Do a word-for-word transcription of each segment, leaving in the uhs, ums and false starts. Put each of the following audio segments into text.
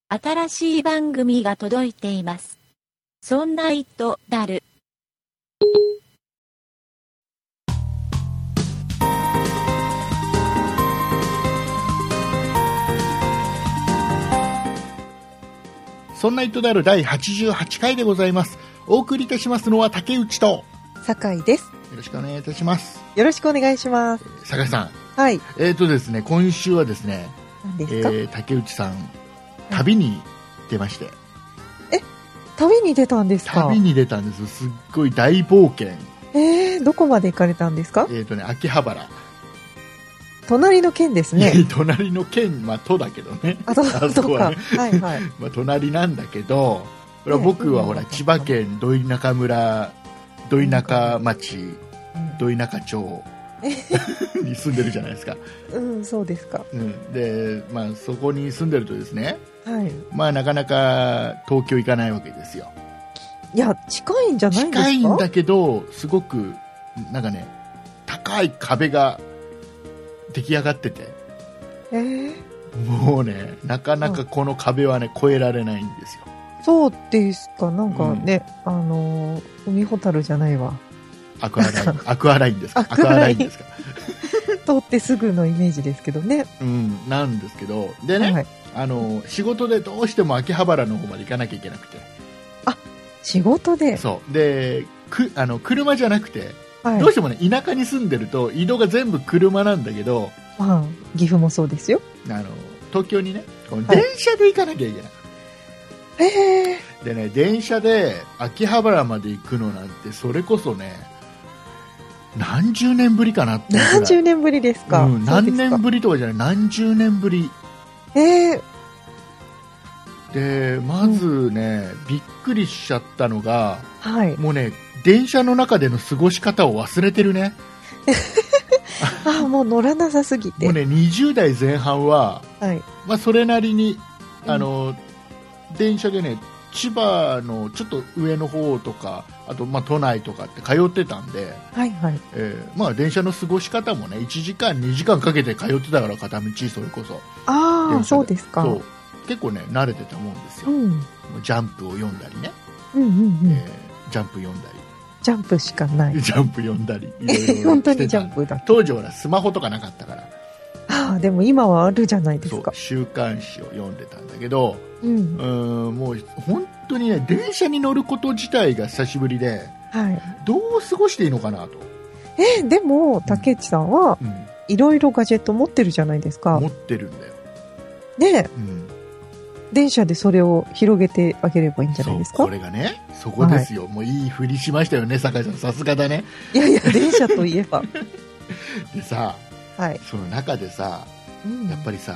新しい番組が届いています。そんな糸だる。 そんな糸であるだいはちじゅうはちかいでございます。お送りいたしますのは竹内と酒井です。 よろしくお願いいたします。 よろしくお願いします。 酒井さん、 はい。 えーとですね、今週はですね、 何ですか？ えー、竹内さん旅に出まして。 え、旅に出たんですか？ 旅に出たんです。すっごい大冒険。 えー、どこまで行かれたんですか？ えーとね、秋葉原。 隣の県ですね。 隣の県、まあ、都だけどね。 あ、そうか。 そこはね、 はいはい。 まあ、隣なんだけど、これは僕はほら、千葉県土井中村、土井中町、土井中町に住んでるじゃないですか。 うん、そうですか。 うん、で、まあ、そこに住んでるとですね、 はい。 まあ、なかなか東京行かないわけですよ。 いや、近いんじゃないですか？ 近いんだけど、すごく、なんかね、高い壁が出来上がってて、 えー、 もうね、なかなかこの壁はね、越えられないんですよ。 そうですか。なんかね、うん、あの海ほたるじゃないわ。 アクアライン、アクアラインですか？ アクアラインですか？ 通ってすぐのイメージですけどね。 うん、なんですけど、でね、 はい、 あの仕事でどうしても秋葉原の方まで行かなきゃいけなくて。 あ、仕事で。 そうで、くあの車じゃなくて、はい、どうしてもね、田舎に住んでると移動が全部車なんだけど、 まあ、岐阜もそうですよ。 あの東京にね、この電車で行かなきゃいけない。 はい、へー。 でね、電車で秋葉原まで行くのなんて、それこそね、何十年ぶりかなって。 何十年ぶりですか？ うん、何年ぶりとかじゃない、何十年ぶり。 えー、で、まずね、うん、びっくりしちゃったのが、 はい、 もうね、電車の中での過ごし方を忘れてるね。 あ、もう乗らなさすぎて。 もうね、にじゅうだいぜん半は、はい、まあ、それなりに、あの、うん、電車でね、千葉のちょっと上の方とか、あとまあ都内とかって通ってたんで、 はいはい、 えーまあ、電車の過ごし方もね、いちじかんにじかんかけて通ってたから、片道それこそ。 ああ、そうですか。 そう結構ね、慣れてたもんですよ。うん、ジャンプを読んだりね、 うんうんうんえー、ジャンプ読んだり、 ジャンプしかない。 ジャンプ読んだり、いろいろ本当にジャンプだ。 当時はスマホとかなかったから。 ああ、でも今はあるじゃないですか。 そう、週刊誌を読んでたんだけど、 うん、 うんもう本当にね、電車に乗ること自体が久しぶりで、はい、どう過ごしていいのかなと。 えでも竹内さんは、うん、いろいろガジェット持ってるじゃないですか。 持ってるんだよね、うん、電車でそれを広げてあげればいいんじゃないですか。 そう、これがね、そこですよ、はい、もういい振りしましたよね、酒井さん、さすがだね。 いやいや、電車といえばでさ、はい、その中でさ、うん、やっぱりさ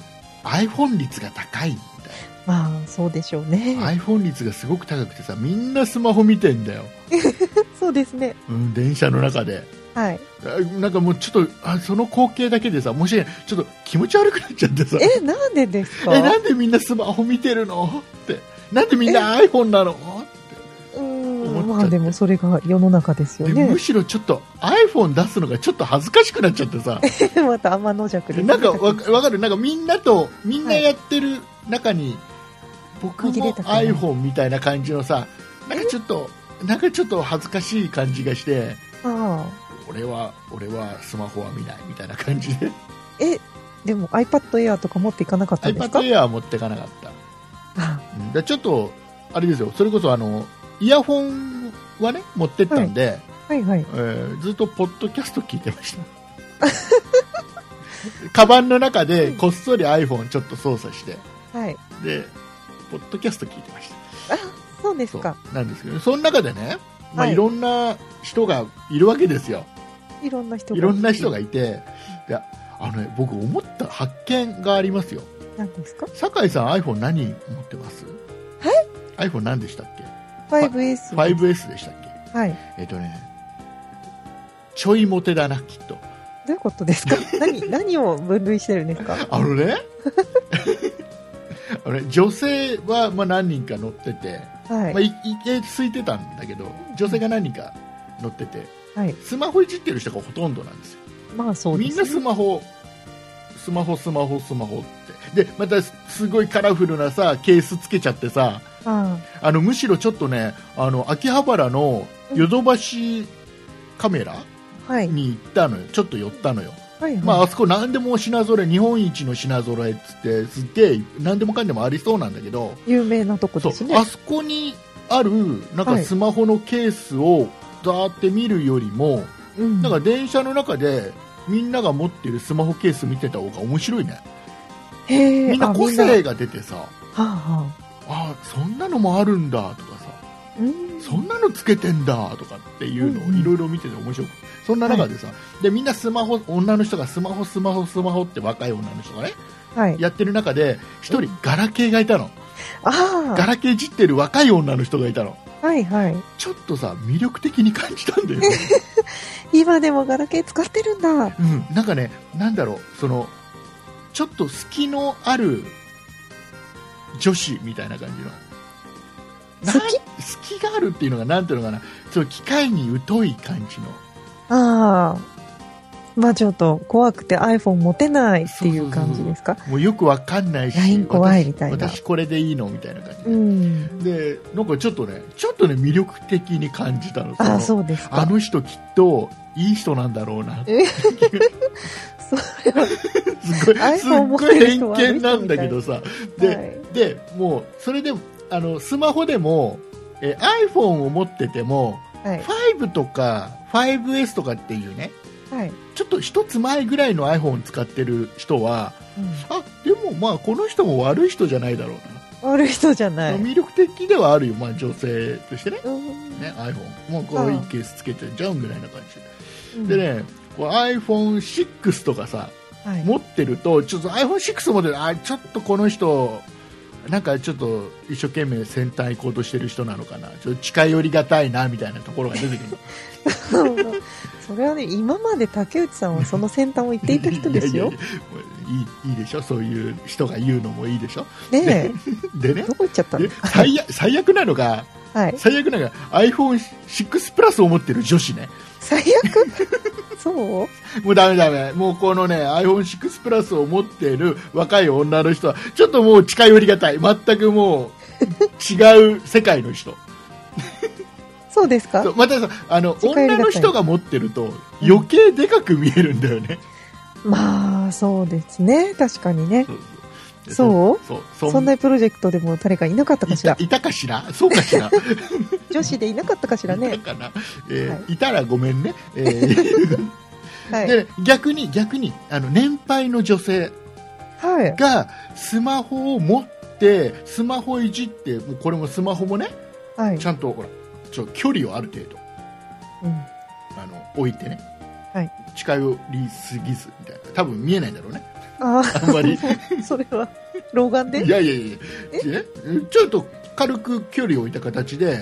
iPhone 率が高いんだよ。 まあそうでしょうね。 iPhone 率がすごく高くてさ、みんなスマホ見てんだよそうですね、 うん、電車の中で、 はい、 なんかもうちょっとあその光景だけでさ、もしね、ちょっと気持ち悪くなっちゃってさ、 えなんでですか？ えなんでみんなスマホ見てるのって、なんでみんな iPhone なのって。 うーん、まあでもそれが世の中ですよね。 むしろちょっと iPhone 出すのがちょっと恥ずかしくなっちゃってさまた天の弱です、ね、 なんかわかる、なんかみんなとみんなやってる中に、はい、僕も iPhone みたいな感じのさ、なんかちょっとなんかちょっと恥ずかしい感じがして、あ俺は俺はスマホは見ないみたいな感じでえでも iPad Air とか持っていかなかったんですか？ iPad Air は持っていかなかったあ、うん、でちょっとあれですよ、それこそあのイヤホンはね持ってったんで、はいはいはい、えー、ずっとポッドキャスト聞いてましたカバンの中でこっそり iPhone ちょっと操作して、はい、でポッドキャスト聞いてました。 あ、そうですか。 なんですけど、その中でね、まあ、いろんな人がいるわけですよ。 いろんな人がいろんな人がいて、であの、ね、僕思った発見がありますよ。 何ですか？ 酒井さん iPhone 何持ってます？ はい iPhone 何でしたっけ？ ファイブエスファイブエス でしたっけ？はい。えっとね、ちょいモテだな、きっと。 どういうことですか？何何を分類してるんですか？ あのねあのね、女性はまあ何人か乗ってて、はい、まあ、いけ空いてたんだけど、女性が何人か乗ってて、はい、スマホいじってる人がほとんどなんですよ。 まあそうですね、 みんなスマホスマホスマホスマホってでまたすごいカラフルなさケースつけちゃってさ、うん、あのむしろちょっとねあの秋葉原のヨドバシカメラに行ったのよ、はい、ちょっと寄ったのよ、はいはい、まあ、あそこ何でも品揃え日本一の品揃えっつってすっげえ何でもかんでもありそうなんだけど有名なとこですね。 あそこにあるなんかスマホのケースをザーって見るよりも、はい、なんか電車の中でみんなが持ってるスマホケース見てた方が面白いね。 へみんな個性が出てさ、はあはあ、あそんなのもあるんだとかさ、うん、そんなのつけてんだとかっていうのをいろいろ見てて面白くて、そんな中でさ、はい、でみんなスマホ女の人がスマホスマホスマホって若い女の人がね、はい、やってる中で一人ガラケーがいたの。あガラケーいじってる若い女の人がいたの。 はいはい、 ちょっとさ魅力的に感じたんだよね今でもガラケー使ってるんだ。うん、 なんかねなんだろうそのちょっと隙のある女子みたいな感じの隙隙があるっていうのがなんていうのかなそう機械に疎い感じのああまあちょっと怖くて iPhone 持てないっていう感じですか。 そうそうそうもうよくわかんないしライン 怖いみたいな私, 私これでいいのみたいな感じで、うん、でなんかちょっとねちょっとね魅力的に感じたの。 あそうですか。 あの人きっといい人なんだろうなってそれはすごいすっごい偏見なんだけどさで、はい、でもうそれであのスマホでもえ iPhone を持ってても、はい、ファイブとか ファイブエス とかっていうねはい、ちょっと一つ前ぐらいの iPhone を使ってる人は、うん、あでもまあこの人も悪い人じゃないだろうな。 悪い人じゃない。 魅力的ではあるよ、まあ、女性としてね、うん、ね iPhone もうこういうケースつけてんじゃんぐらいな感じ、うん、でねこう アイフォンシックス とかさ、はい、持ってるとちょっと アイフォンシックス 持ってるあちょっとこの人なんかちょっと一生懸命先端行こうとしてる人なのかなちょっと近寄りがたいなみたいなところが出てくるそれはね今まで竹内さんはその先端を言っていた人ですよ。いやいやいい、いいでしょそういう人が言うのもいいでしょねえでねどこ行っちゃったの最悪最悪なのが、はい、最悪なのが アイフォンシックス プラスを持ってる女子ね。 最悪そうもうダメダメもうこのね アイフォンシックス プラスを持っている若い女の人はちょっともう近寄りがたい全くもう違う世界の人そうですか。 またさあの女の人が持ってると余計でかく見えるんだよね、 うん、まあそうですね確かにね。そうそうそうそんなプロジェクトでも誰かいなかったかしら。 い た, いたかしらそうかしら女子でいなかったかしらね。 いたかな、えーはい、いたらごめんね、えーはい、で逆に逆にあの年配の女性がスマホを持ってスマホいじってもうこれもスマホもね、はい、ちゃんとほらちょ距離をある程度、うん、あの置いてね、はい、近寄りすぎずみたいな多分見えないんだろうね。 ああんまりそれは老眼でいやいやいやちょっと軽く距離を置いた形で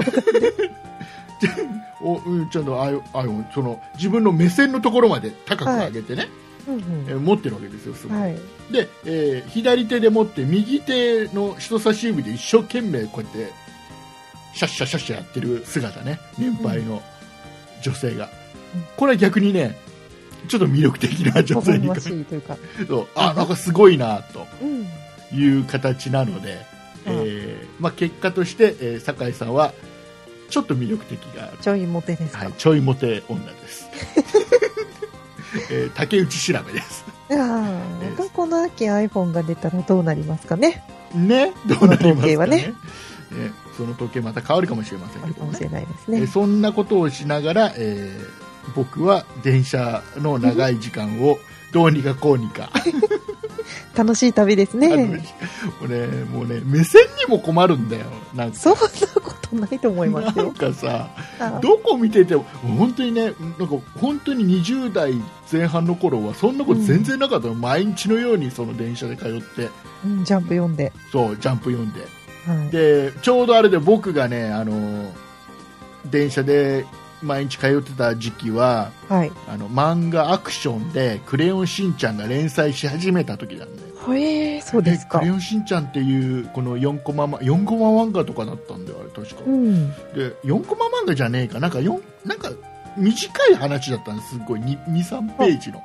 おちゃんとああその自分の目線のところまで高く上げてね、はいうんうんえー、持ってるわけですよスマホ、はい、で、えー、左手で持って右手の人差し指で一生懸命こうやってシャッシャシャッシャやってる姿ね年配の女性が、うん、これは逆にねちょっと魅力的な女性にそうあなんかすごいなという形なので、うんえーまあ、結果として、えー、酒井さんはちょっと魅力的があるちょいモテですか、 はい、ちょいモテ女です、えー、竹内調べです。 いやー、えー、この秋 iPhone が出たらどうなりますかね。 ねどうなりますかね。 統計はねねその統計また変わるかもしれませんけど、ね、 かもしれないですね、 えー、そんなことをしながら、えー僕は電車の長い時間をどうにかこうにか楽しい旅ですね。 俺もうね目線にも困るんだよ。なんかそんなことないと思いますよ。 なんかさどこ見てても本当にねなんか本当ににじゅう代前半の頃はそんなこと全然なかったの、うん、毎日のようにその電車で通って、 うん、ジャンプ読んでそうジャンプ読んで、はい、でちょうどあれで僕がねあの電車で毎日通ってた時期は、はい、あの漫画アクションでクレヨンしんちゃんが連載し始めた時なんで。 へえそうですか。 クレヨンしんちゃんっていうこのよんコマよんコマ漫画とかだったんだよあれ確か、うん、でよんコマ漫画じゃねえかなんかよんなんか短い話だったんですすごい に,にさんページの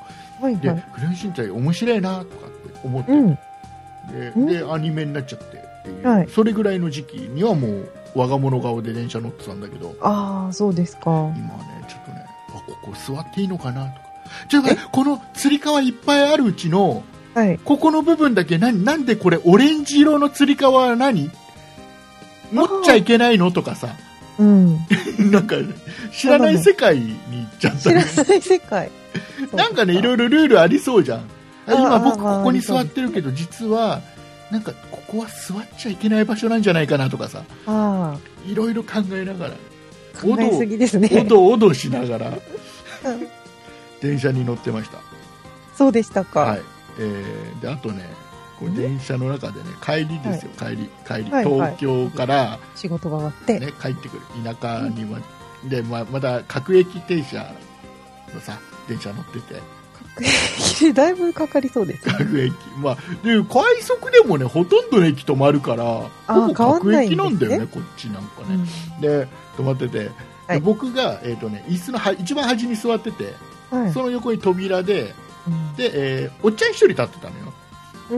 はいはい、 でクレヨンしんちゃん面白いなとかって思って、うん、で, でアニメになっちゃってっていう、はい、それぐらいの時期にはもう我が物顔で電車乗ってたんだけど、 ああそうですか。 今はねちょっとね、あここ座っていいのかなとか、ちょっとこのつり革いっぱいあるうちの、はい、ここの部分だけ な, なんでこれオレンジ色のつり革は何持っちゃいけないのとかさ、うん、なんか、ね、知らない世界に行っちゃった、 ね、知らない世界なんかねいろいろルールありそうじゃん。今僕ここに座ってるけど実はなんかここは座っちゃいけない場所なんじゃないかなとかさ、いろいろ考えながら考えすぎですね。 おどおどしながら電車に乗ってました。 そうでしたか。 はい、えー、であとねこう電車の中でね帰りですよ、はい、帰り帰り、はい、東京から仕事が終わって、 ね、帰ってくる田舎には、うん、で ま, まだ各駅停車のさ電車乗ってて、 各駅でだいぶかかりそうです、ね、 各駅、まあ、で快速でもねほとんどの駅止まるからほぼ各駅なんだよ ね, ねこっちなんかね、うん、で止まってて、はい、僕が、えーとね、椅子のは一番端に座ってて、はい、その横に扉で、うん、で、えー、おっちゃん一人立ってたのよ、うん、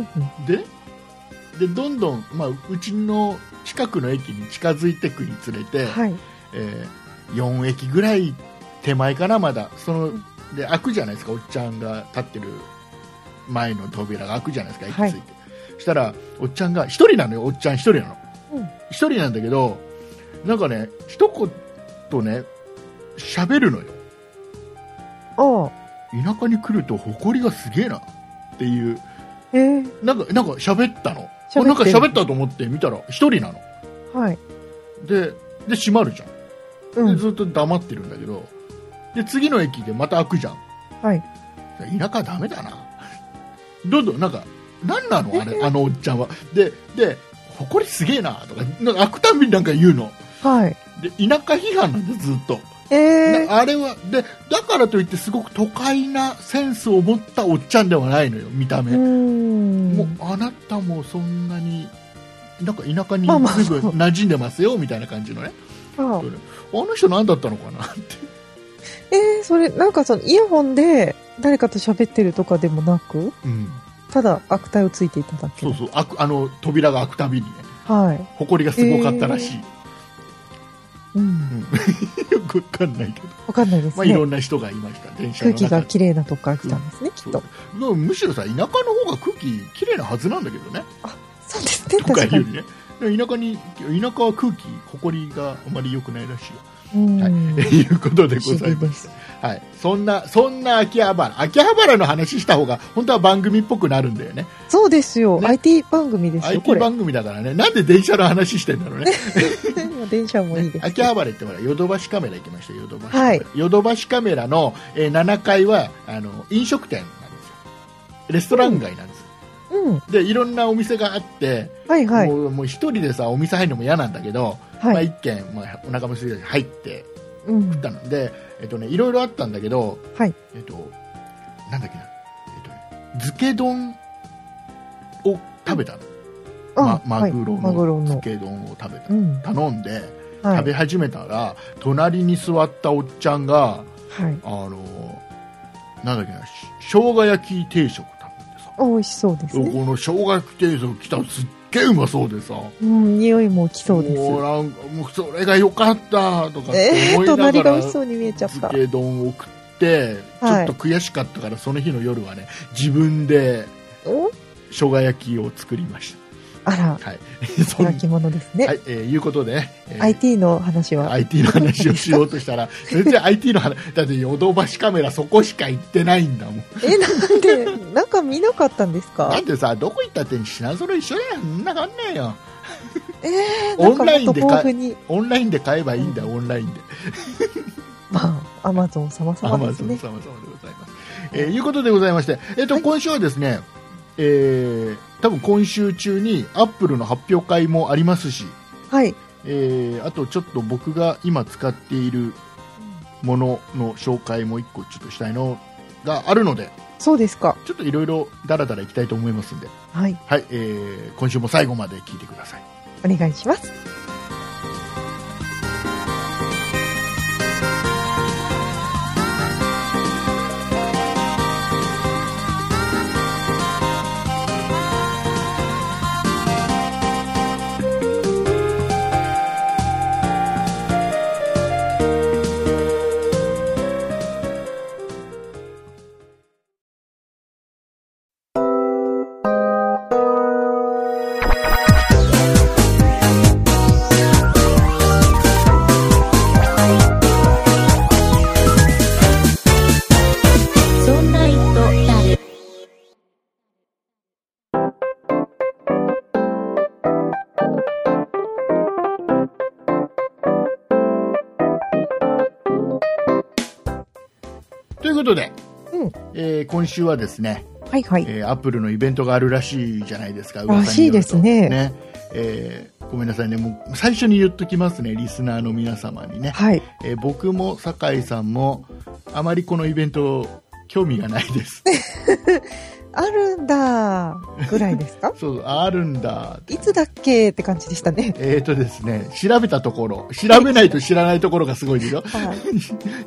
で, でどんどん、まあ、うちの近くの駅に近づいていくにつれて、はい、えー、よん駅ぐらい手前かな、まだそので開くじゃないですか、おっちゃんが立ってる前の扉が開くじゃないですか、駅ついて、はい、そしたらおっちゃんが一人なのよ、おっちゃん一人なの、うん、一人なんだけどなんかね一言ね喋るのよ。 ああ、田舎に来ると埃がすげえなっていう、 えー、 なんかなんか喋ったの、なんか喋ったと思って見たら一人なの。 はい。 でで閉まるじゃん、うん、でずっと黙ってるんだけど、で次の駅でまた開くじゃん。 はい。 田舎ダメだな。どんどんなんか何なのあれあのおっちゃんは。でで誇りすげえなとかなんか開くたびになんか言うの。 はい。 で田舎批判なんでずっと。 えー、 あれはでだからといってすごく都会なセンスを持ったおっちゃんではないのよ見た目。 うんもうあなたもそんなになんか田舎にすぐ馴染んでますよみたいな感じのね。ああの人何だったのかなって。 えー、それなんかそのイヤホンで誰かと喋ってるとかでもなく、 うん、 ただ悪態をついていただけ。 そうそう、ああの扉が開くたびにね、 はい、 埃がすごかったらしい、 えー、うん、 よくわかんないけどわかんないですね、 まあ、いろんな人がいました。電車の中空気が綺麗なとこから来たんですね、きっと。 むしろさ田舎の方が空気綺麗なはずなんだけどね。 あ、そうですね、 とかよりね、田舎に田舎は空気埃があまり良くないらしいよ。はい、いうことでございます。はい、そんなそんな秋葉原、秋葉原の話した方が本当は番組っぽくなるんだよね。 そうですよ、ね、アイティー 番組ですよ。 アイティー 番組だからね。なんで電車の話してんだろうね。 電車もいいです、ね、 秋葉原ってほらヨドバシカメラ行きましたよ。ヨドバシカメラ、はい、ヨドバシカメラの、えー、ななかいはあの飲食店なんですよ。レストラン街なんです、 うん、 でいろんなお店があって、 はいはい、 もうもう一人でさお店入るのも嫌なんだけど、はい、まあ、一軒、まあ、お腹も空いて入って食ったので、うん、えっとね、いろいろあったんだけど、 はい、 えっと、なんだっけな、えっとね、漬け丼を食べたの、ま、マグロの漬け丼を食べた、うん、頼んで、はい、食べ始めたら隣に座ったおっちゃんが、はい、あのなんだっけな、生姜焼き定食頼んでさ、 美味しそうですね。 この生姜焼き定食来たらすっげえうまそうでさ、 うん、匂いもきそうです。 もうなんかもうそれが良かったとかって思いながら、えー、 隣が美味しそうに見えちゃった。 漬け丼を食ってちょっと悔しかったから、はい、その日の夜はね自分で生姜焼きを作りました。 あら、 はい、 焼き物ですね。 はい、えー、いうことで、えー、 アイティー の話はアイティー の話をしようとしたら全然 アイティー の話だってヨドバシカメラそこしか行ってないんだもん。 え、なんでなんか見なかったんですか。 なんでさ、どこ行ったって品揃え一緒だよ。そんな変わんねえよ。 えー、なんかもっと豊富にオンラインで買えばいいんだよ、うん、オンラインで。 まあアマゾン様々ですね。 アマゾン様々でございます。えー、いうことでございまして、えっと、はい、今週はですね、えー、多分今週中にアップルの発表会もありますし、 はい、 えー、あとちょっと僕が今使っているものの紹介も一個ちょっとしたいのがあるので、 そうですか、 ちょっといろいろダラダラいきたいと思いますんで、 はい、 はい、えー、今週も最後まで聞いてください。 お願いします。 ことで、 うんえー、今週はですね、 はいはい。 えー、アップルのイベントがあるらしいじゃないですか。 らしいですね。 ね、えー、ごめんなさいね。もう最初に言っときますね、リスナーの皆様にね。 はい。 えー、僕も酒井さんもあまりこのイベント興味がないです。 あるんだぐらいですか？ そう、あるんだ。 いつだっけって感じでしたね。 えーとですね、調べたところ、調べないと知らないところがすごいですよ。はい、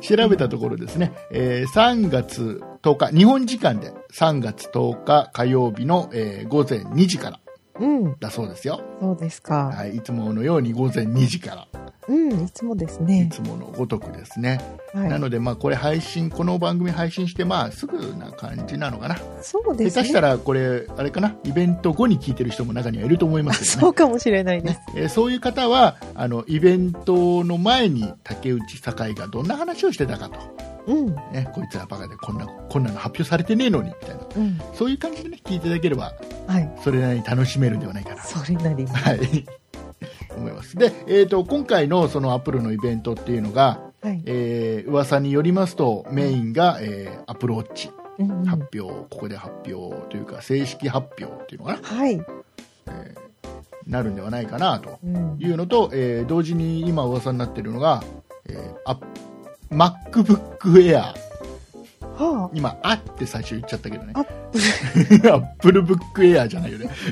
調べたところですね、えー、さんがつとおか、日本時間でさんがつとおか火曜日の、えー、ごぜんにじから。うん。だそうですよ。 そうですか。 はい、いつものようにごぜんにじから。 うん、いつもですね。 いつものごとくですね。はい、なので、まあ、これ配信、この番組配信して、まあ、すぐな感じなのかな。 そうですね。 下手したら、これ、あれかな、イベント後に聞いてる人も中にはいると思いますけどね。 そうかもしれないです。 ねえー、そういう方は、あの、イベントの前に竹内酒井がどんな話をしてたかと。うんね、こいつらバカでこんな、こんなの発表されてねえのにみたいな、うん、そういう感じで、ね、聞いていただければ、はい、それなりに楽しめるんではないかな。 それなりに、 はい、思います。で、えーと、今回のそのアップルのイベントっていうのが、はい、えー、噂によりますとメインが、えー、アップルウォッチ発表、うんうん、ここで発表というか正式発表っていうのかな、はいえー、なるんではないかなというのと、うんえー、同時に今噂になっているのが、えー、アップMacBook Air、はあ、今あって最初言っちゃったけどね、アップルブックエアじゃないよね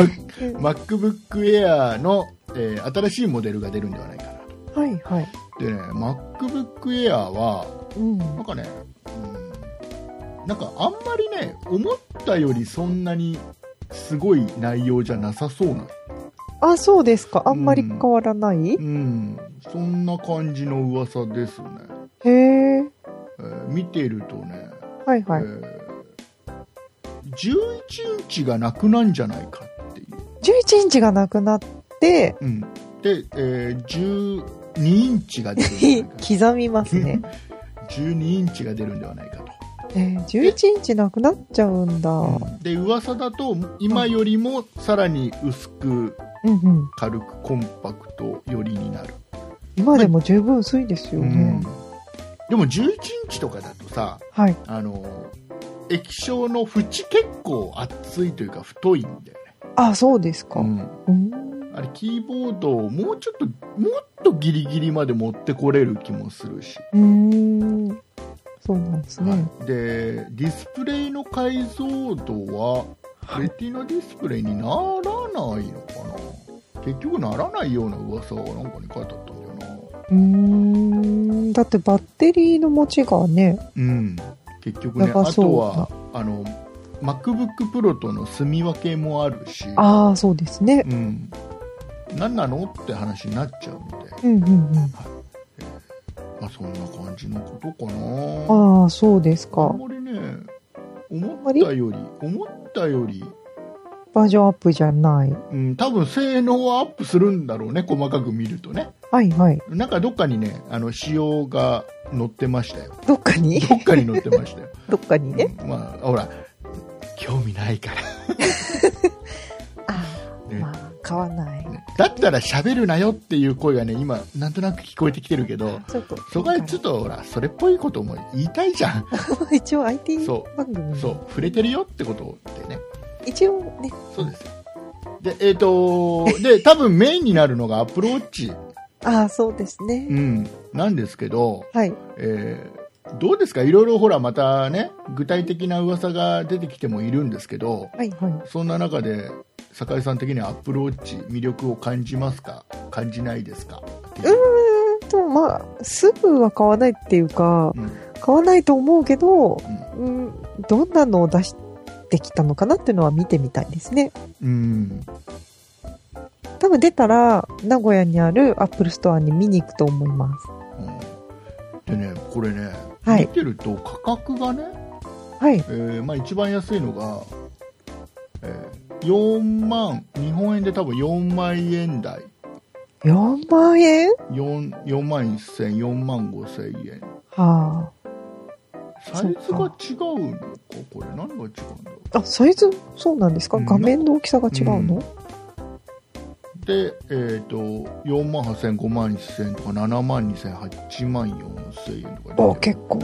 MacBook Air の、えー、新しいモデルが出るんではないかなと。はいはい。でね MacBook Air は、うん、なんかね、うん、なんかあんまりね思ったよりそんなにすごい内容じゃなさそうな。 あ、そうですか。あんまり変わらない、うん、 うん、そんな感じの噂ですね。 へえーえー、見てるとね、 はいはい、えー、じゅういちインチがなくなんじゃないかっていう。 じゅういちインチがなくなって、 うん、で、えー、じゅうにインチが出るんじゃないか刻みますねじゅうにインチが出るんではないかと。 えー、じゅういちインチなくなっちゃうんだ、うん、 で噂だと今よりもさらに薄く、うんうん、軽くコンパクト寄りになる。 今でも十分薄いですよね、うん、 でもじゅういちインチとかだとさ、はい、あの液晶の縁結構厚いというか太いんだよね。 あ、そうですか、うんうん、 あれキーボードをもうちょっともっとギリギリまで持ってこれる気もするし。 うーん、そうなんですね、はい、 でディスプレイの解像度はレティナディスプレイにならないのかな。結局ならないような噂がなんかに書いてあったんだよな。 うーん、だってバッテリーの持ちがね、 うん、結局ね、あとはあの MacBook Pro との住み分けもあるし、 ああそうですね、 うん、何なのって話になっちゃうので、 うんうんうん、はい、 えーまあ、そんな感じのことかな。 ああそうですか。 あんまりね思ったより思ったよりバージョンアップじゃない、 うん、多分性能はアップするんだろうね、細かく見るとね。 はいはい。 なんかどっかにね、あの仕様が載ってましたよ。 どっかにどっかに載ってましたよ。 どっかにね。 うん、まあほら興味ないからああ、ね、まあ買わない。 だったら喋るなよっていう声がね今なんとなく聞こえてきてるけど、ちょっとそこはちょっとほらそれっぽいことも言いたいじゃん一応 アイティー 番組そう、そう触れてるよってことでね。 一応ね。 そうですよ。で、えっ、ー、とで多分メインになるのが Apple Watch。 ああそうですね。 うん、なんですけど、 はい。 えー、どうですか。いろいろほらまたね具体的な噂が出てきてもいるんですけど、 はいはい。 そんな中で酒井さん的には Apple Watch 魅力を感じますか、感じないですか。 うーんとまあすぐは買わないっていうか、うん、買わないと思うけど、うん、うんどんなのを出してきたのかなっていうのは見てみたいですね。 うん。 多分出たら名古屋にあるアップルストアに見に行くと思います、 うん、でねこれね、はい、見てると価格がね、 はいえーまあ、一番安いのが、えー、よんまん日本円で多分よんまんえん台。 よんまんえん 4, 4万せんえんよんまんごせんえん。 はあ。 サイズが違うのかこれ何が違うんだ。 あ、サイズそうなんですか、うん、画面の大きさが違うの、うんで、えーと、よんまんはっせんえん、ごまんせんえんとかななまんにせんえん、はちまんよんせんえんとか。 あ、結構。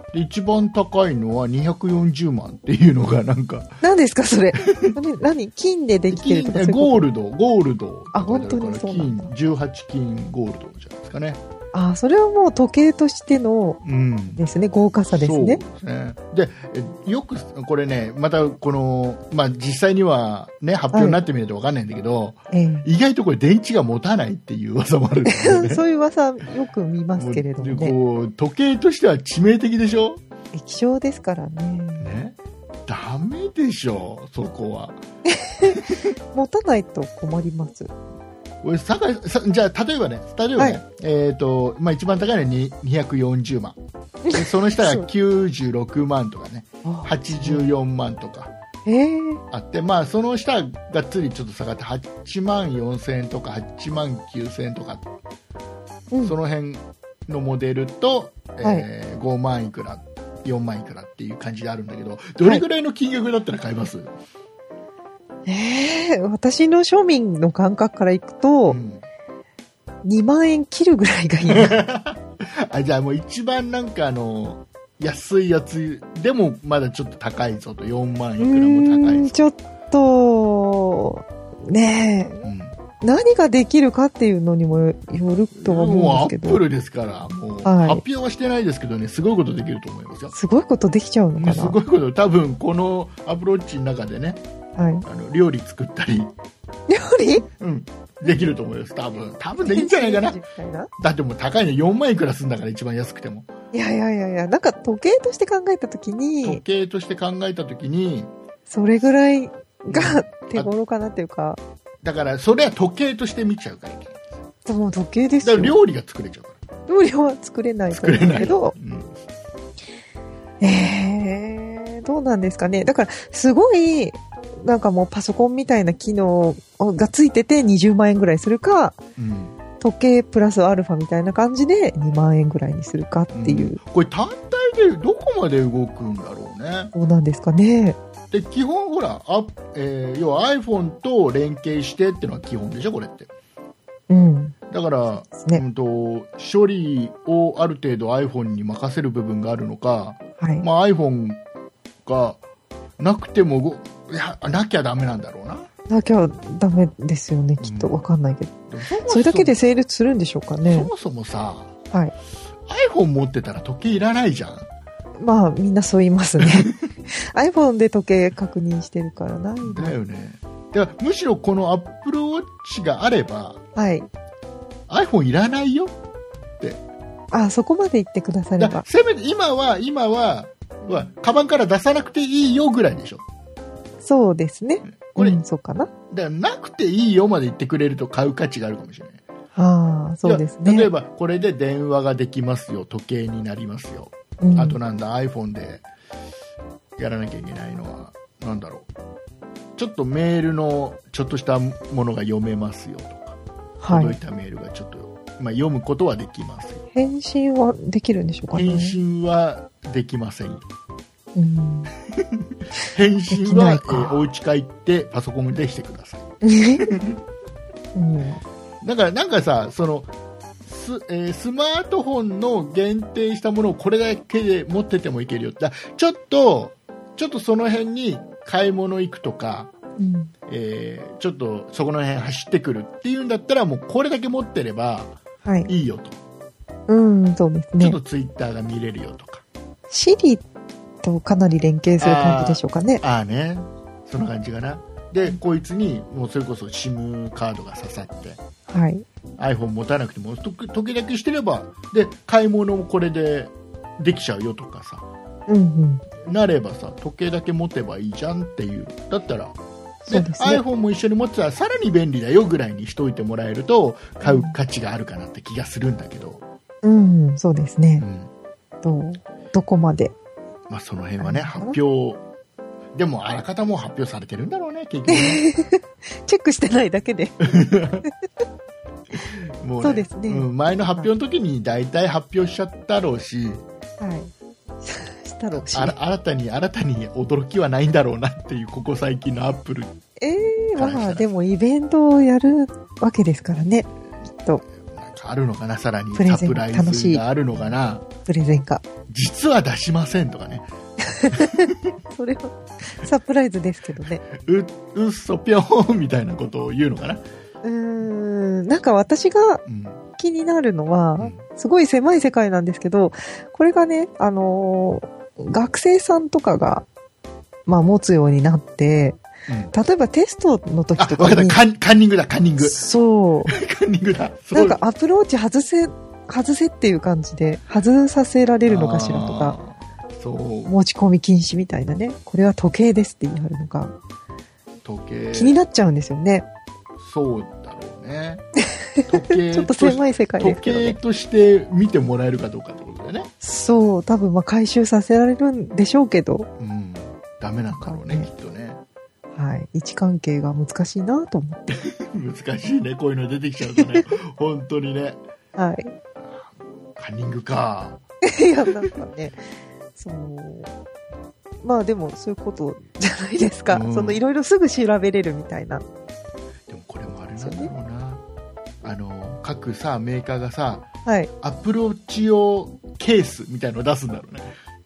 で一番高いのはにひゃくよんじゅうまんっていうのがなんか何ですかそれ何金でできてるとかそういうこと？ ゴールドゴールドあ本当にそうなんだ。 金じゅうはち金ゴールドじゃないですかね。 あそれはもう時計としてのですね、うん、豪華さですね。 そうですね。でよくこれねまたこの、まあ、実際には、ね、発表になってみると分かんないんだけど、はいええ、意外とこれ電池が持たないっていう噂もあるんですよねそういう噂よく見ますけれどもね。こう時計としては致命的でしょ。 液晶ですからね。 ねダメでしょそこは持たないと困ります。 これささじゃあ例えばね例えばね、はいえーとまあ、一番高いのはにひゃくよんじゅうまんでその下がきゅうじゅうろくまんとかねはちじゅうよんまんとかあって、まあ、その下がっつりちょっと下がってはちまんよんせんえんとかはちまんきゅうせんえんとか、うん、その辺のモデルと、えーはい、ごまんいくらよんまんいくらっていう感じであるんだけどどれぐらいの金額だったら買います？はいえー、私の庶民の感覚からいくと、うん、にまんえん切るぐらいがいいなあじゃあもう一番なんかあの安いやつでもまだちょっと高いぞとよんまんいくらも高いぞ。 ちょっとねえ、うん、何ができるかっていうのにもよるとは思うんですけど。 もうアップルですからもう、はい、発表はしてないですけどねすごいことできると思いますよ。 すごいことできちゃうのかな。 すごいこと多分このアプローチの中でねはい、あの料理作ったり料理、 うん、できると思います多分多分できるんじゃないかなだってもう高いのよんまんいくらするんだから一番安くても。 いやいやいやいやなんか時計として考えたときに時計として考えたときにそれぐらいが手頃かなっていうかだからそれは時計として見ちゃうからいけないでも時計ですよ。 だから料理が作れちゃうから料理は作れないと思うけど、うん、えー、どうなんですかね。だからすごいなんかもうパソコンみたいな機能がついててにじゅうまんえんぐらいするか、うん、時計プラスアルファみたいな感じでにまんえんぐらいにするかっていう、うん、 これ単体でどこまで動くんだろうね。 そうなんですかね。 で基本ほらあ、えー、要は iPhone と連携してっていうのは基本でしょこれって、うん、だから、ねうん、と処理をある程度 iPhone に任せる部分があるのか、はいまあ、iPhone がなくてもいやなきゃダメなんだろうな。 なきゃダメですよねきっと。分かんないけど、うん、そ, それだけで成立するんでしょうかね。 そもそもさ、はい、iPhone 持ってたら時計いらないじゃん。 まあみんなそう言いますねiPhone で時計確認してるからなだよね。だからむしろこの Apple Watch があれば、はい、iPhone いらないよって。 あそこまで言ってくだされば。 せめて今は今はカバンから出さなくていいよぐらいでしょ。 そうですね。これ、うん、そうかな。だからなくていいよまで言ってくれると買う価値があるかもしれない。 ああ、そうですね。 例えばこれで電話ができますよ、時計になりますよ。うん、あとなんだ iPhone でやらなきゃいけないのはなんだろう。ちょっとメールのちょっとしたものが読めますよとか、はい、届いたメールがちょっと、まあ、読むことはできますよ。 返信はできるんでしょうかね。 返信はできませんよ。うん、返信は、えー、お家帰ってパソコンでしてください、うん、だからなんかさその ス,、えー、スマートフォンの限定したものをこれだけで持っててもいけるよ。だちょっとちょっとその辺に買い物行くとか、うんえー、ちょっとそこの辺走ってくるっていうんだったらもうこれだけ持ってればいいよと、 はい、うんそうですね。 ちょっとツイッターが見れるよとか。 シリとかなり連携する感じでしょうかね。 ああね、そんな感じかな。でこいつにもうそれこそ SIM カードが刺さって、はい、iPhone 持たなくても時だけしてればで買い物もこれでできちゃうよとかさ、うんうん、なればさ時計だけ持てばいいじゃんっていう。だったらで、ね、iPhone も一緒に持ってたらさらに便利だよぐらいにしといてもらえると買う価値があるかなって気がするんだけど。 うん、うん、そうですね、うん、どうどこまでまあ、その辺はね発表でもあらかたも発表されてるんだろうね結局ねチェックしてないだけでもう、ね、 そうですね、 うん、前の発表の時に大体発表しちゃったろうし、はいしたろうしあ新たに新たに驚きはないんだろうなっていうここ最近のアップル。 えー、まあでもイベントをやるわけですからねきっと。 あるのかな、さらにサプライズがあるのかな。 プレゼンか。 実は出しませんとかね。 それはサプライズですけどね。 う、うっそぴょーんみたいなことを言うのかな。 うーん、なんか私が気になるのは、うん、すごい狭い世界なんですけど、これがね、あのー、学生さんとかが、まあ持つようになって、うん、例えばテストの時とかに。あ、わかった。カン、カンニングだ、カンニング。そう。カンニングだ。なんかアプローチ外せ、外せっていう感じで、外させられるのかしらとか。そう。持ち込み禁止みたいなね。これは時計ですって言い張るのか。時計。気になっちゃうんですよね。 そうだろうね。時計ちょっと狭い世界ですけどね。 時計として見てもらえるかどうかってことだよね。 そう。多分まあ回収させられるんでしょうけど。 うん。ダメなんだろうね、きっとね。 はい。位置関係が難しいなと思って。 難しいね。こういうの出てきちゃうとね。本当にね。 はい。 カンニングか。 いや、なんかね。そう。まあでもそういうことじゃないですか。うん、そのいろいろすぐ調べれるみたいな。 でもこれもあれなんだろうな。ね、あの、各さ、メーカーがさ、 はい。 アプローチ用ケースみたいのを出すんだろうね。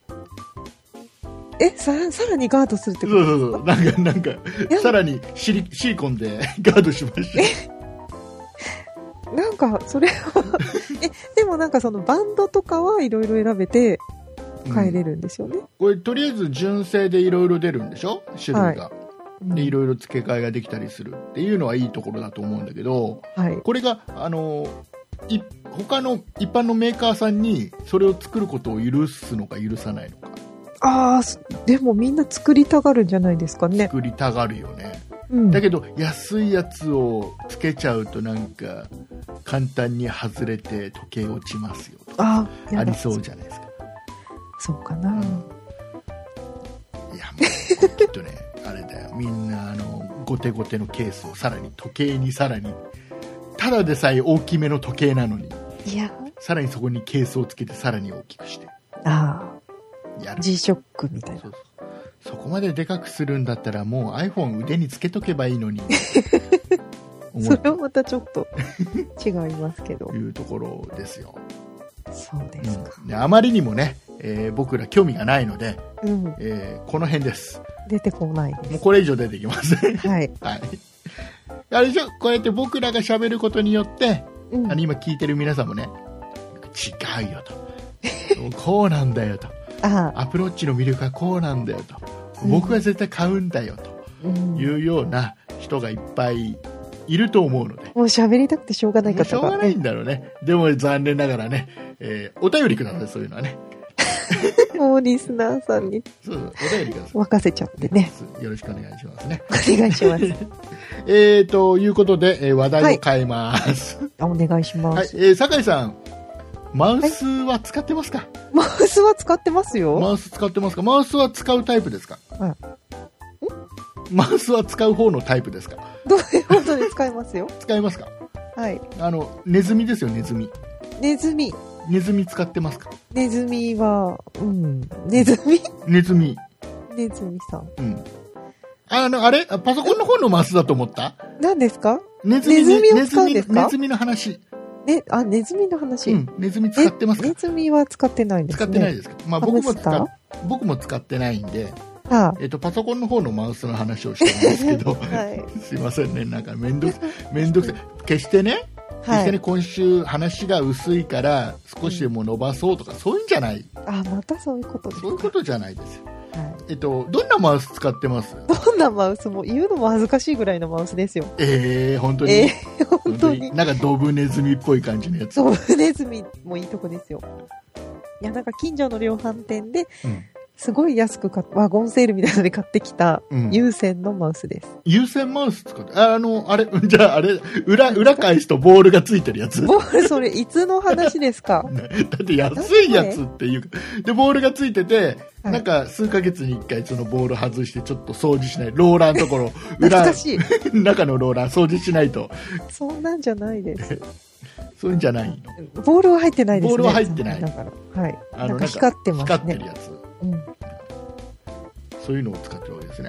え、さ、さらにガードするってことですか？ そうそうそう。なんか、なんか、さらにシリ、シリコンでガードしました。 えなんか、それは、え、でもなんかそのバンドとかはいろいろ選べて変えれるんですよね。うん、 これ、とりあえず純正でいろいろ出るんでしょ？種類が。はい、で、いろいろ付け替えができたりするっていうのはいいところだと思うんだけど、はい、これが、あの、い、他の一般のメーカーさんにそれを作ることを許すのか許さないのか。 ああ、でもみんな作りたがるんじゃないですかね。 作りたがるよね。うん、だけど安いやつをつけちゃうとなんか簡単に外れて時計落ちますよとか あ, ありそうじゃないですか。 そうかな。うん、いやもうきっとねあれだよ。みんなあのゴテゴテのケースをさらに時計にさらにただでさえ大きめの時計なのに、 いやさらにそこにケースをつけてさらに大きくして。ああ。 G ショックみたいな。 そうそう。そこまででかくするんだったらもう iPhone 腕につけとけばいいのにそれはまたちょっと違いますけどいうところですよ。 そうですか、 うん、であまりにもね、えー、僕ら興味がないので、うんえー、この辺です。 出てこないです。 もうこれ以上出てきますはい、 はい、 あれでしょ、こうやって僕らが喋ることによって、うん、あの今聞いてる皆さんもね違うよとこうなんだよとああアプローチの魅力はこうなんだよと、うん、僕は絶対買うんだよというような人がいっぱいいると思うので、 もう喋りたくてしょうがないかとか、 しょうがないんだろうね。でも残念ながらね、えー、お便りください。そういうのはねもうリスナーさんにそうお便りください。 任せちゃってね。 よろしくお願いしますね。 お願いしますえーということで、えー、話題を変えます、 はい、お願いします、 はいえー、酒井さんマウスは使ってますか？はい、 マウスは使ってますよ。 マウス使ってますか？マウスは使うタイプですか？うん、マウスは使う方のタイプですか？ どういうことで使いますよ。 使いますか？ はい。 あのネズミですよ、ネズミ。 ネズミ。 ネズミ使ってますか？ ネズミは、うん、ネズミ？ ネズミ。 ネズミさん。 うん。あの、あれパソコンの方のマウスだと思った？ 何ですか？ ネズミ、 ネズミを使うんですか？ ネズミの話。 ね、あ、ネズミの話。 うん、ネズミ使ってますか？ ネズミは使ってないですね。 使ってないですか？まあ僕も使っ、僕も使ってないんで、はあ、えっと、パソコンの方のマウスの話をしてるんですけど、はい、すいませんね、なんかめんどくさい、めんどくさい。決してね、決してね、今週話が薄いから少しでも伸ばそうとか、うん、そういうんじゃない。 あ、またそういうことですか？ そういうことじゃないですよ。はい、えっと、どんなマウス使ってます？ どんなマウスも言うのも恥ずかしいぐらいのマウスですよ。 えー、本当に、 えー、本当になんかドブネズミっぽい感じのやつ。 ドブネズミもいいとこですよ。いや、なんか近所の量販店で、うん、すごい安く買っワゴンセールみたいなので買ってきた有線のマウスです。うん、 有線マウス使って、あの、あれ、じゃああれ、裏、裏返すとボールがついてるやつ。 ボール、それいつの話ですか？ だって安いやつっていうか、で、ボールがついてて、はい、なんか数ヶ月に一回そのボール外してちょっと掃除しない。ローラーのところ、裏、中のローラー掃除しないと。 そんなんじゃないです。 そういうんじゃないの？ボールは入ってないですね。 ボールは入ってない。 だから、はい。あの、なんか光ってますね。 光ってるやつ。うん。そういうのを使ってるわけですね。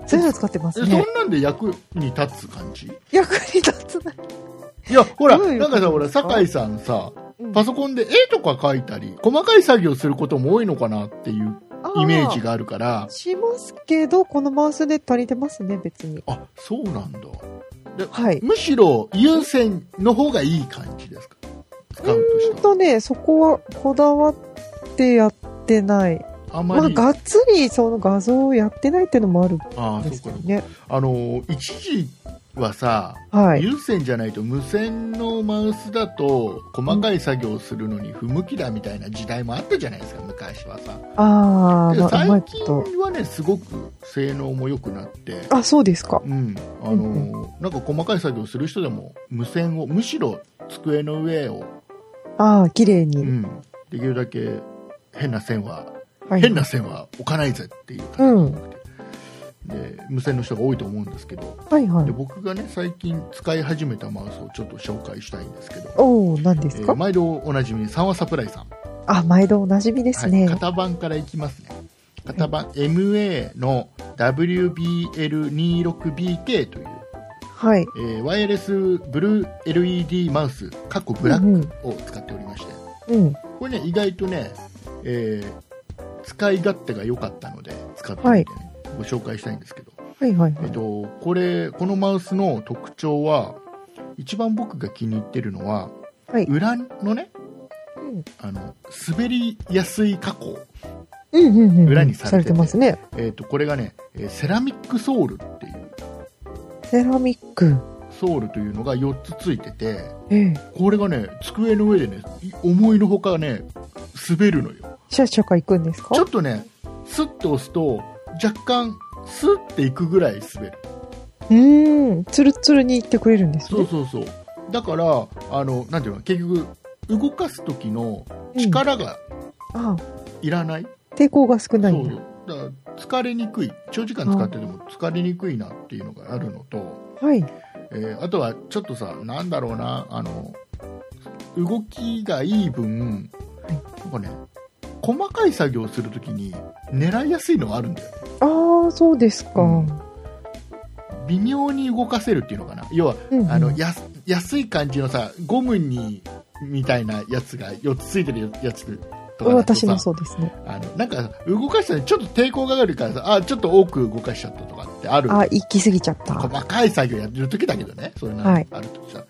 そういうの使ってますね。 そんなんで役に立つ感じ？ 役に立つない。 いや、ほら、 どういうなんかさ、ほら、 ことですか酒井さんさ、 うんパソコンで絵とか描いたり、細かい作業することも多いのかなっていうイメージがあるから。 しますけど、このマウスで足りてますね、別に。 あ、そうなんだ。で、 はい。 むしろ有線の方がいい感じですか？使うとしたら。 うんとね、そこはこだわってやってない。 あまり。 まあ、がっつりその画像をやってないっていうのもあるんああ、 ですけどね。 あの、一時はさ、 はい。 有線じゃないと無線のマウスだと細かい作業をするのに不向きだみたいな時代もあったじゃないですか、昔はさ。 ああ、まあ、 最近はね、すごく性能も良くなって。 あ、そうですか。 うん。あの、うんうん、なんか細かい作業する人でも無線を、むしろ机の上を、 ああ、綺麗に。 うん。できるだけ変な線は、 はい、 変な線は置かないぜっていう方が多くて、うん、で無線の人が多いと思うんですけど、 はいはい、 で僕がね最近使い始めたマウスをちょっと紹介したいんですけど、 おお、何ですか？ えー、毎度おなじみ三和サプライさん。 あ、毎度おなじみですね。 はい、型番からいきますね。型番、はい、エムエー の ダブリュービーエルにじゅうろくビーケー という、 はい、 えー、ワイヤレスブルー エルイーディー マウスかっこブラックを使っておりまして、うんうん、これね意外とね、えー使い勝手が良かったので使ってみて、ね、はい、ご紹介したいんですけど、 はいはいはい、 えっと、これこのマウスの特徴は一番僕が気に入ってるのは、はい、裏のね、うん、あの滑りやすい加工、 うんうんうんうん、 裏にされてて、 されてますね。 えっと、これがねセラミックソールっていうセラミックソールというのがよっつついてて、 ええ、 これがね机の上でね思いのほかね滑るのよ。 シャッシャカ行くんですか？ ちょっとねスッと押すと若干スッていくぐらい滑る。 うーん、ツルツルにいってくれるんですね。 そうそうそう。だからあのなんていうの、結局動かす時の力がいらない、うん、 抵抗が少ないんだ。 そうだから疲れにくい、長時間使ってても疲れにくいなっていうのがあるのと、 はい、 えー、あとはちょっとさ、なんだろうな、あの動きがいい分、はい、なんかね細かい作業をするときに狙いやすいのがあるんだよね。 ああ、そうですか、うん、 微妙に動かせるっていうのかな。要は、うんうん、あのや安い感じのさゴムにみたいなやつがよっつついてるやつとかだとさ、 私もそうですね。 あのなんか動かしたらちょっと抵抗があるからさ、あちょっと多く動かしちゃったとかってある。 あ、行き過ぎちゃった。 細かい作業やってるときだけどね、そういうのあるとさ、はい、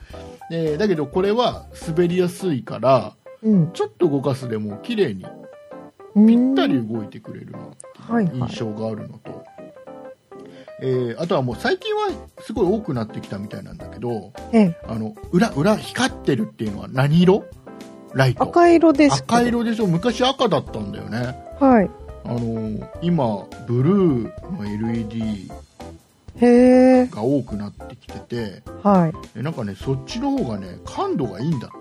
でだけどこれは滑りやすいから、うん、ちょっと動かすでも綺麗にぴったり動いてくれるなっていう印象があるのと、はいはい、えー、あとはもう最近はすごい多くなってきたみたいなんだけど、ええ、あの 裏, 裏光ってるっていうのは何色？ライト赤色です。 赤色でしょ。昔赤だったんだよね。 はい。 あの今ブルーの エルイーディーへーが多くなってきてて、 はい、 なんかねそっちの方がね感度がいいんだって。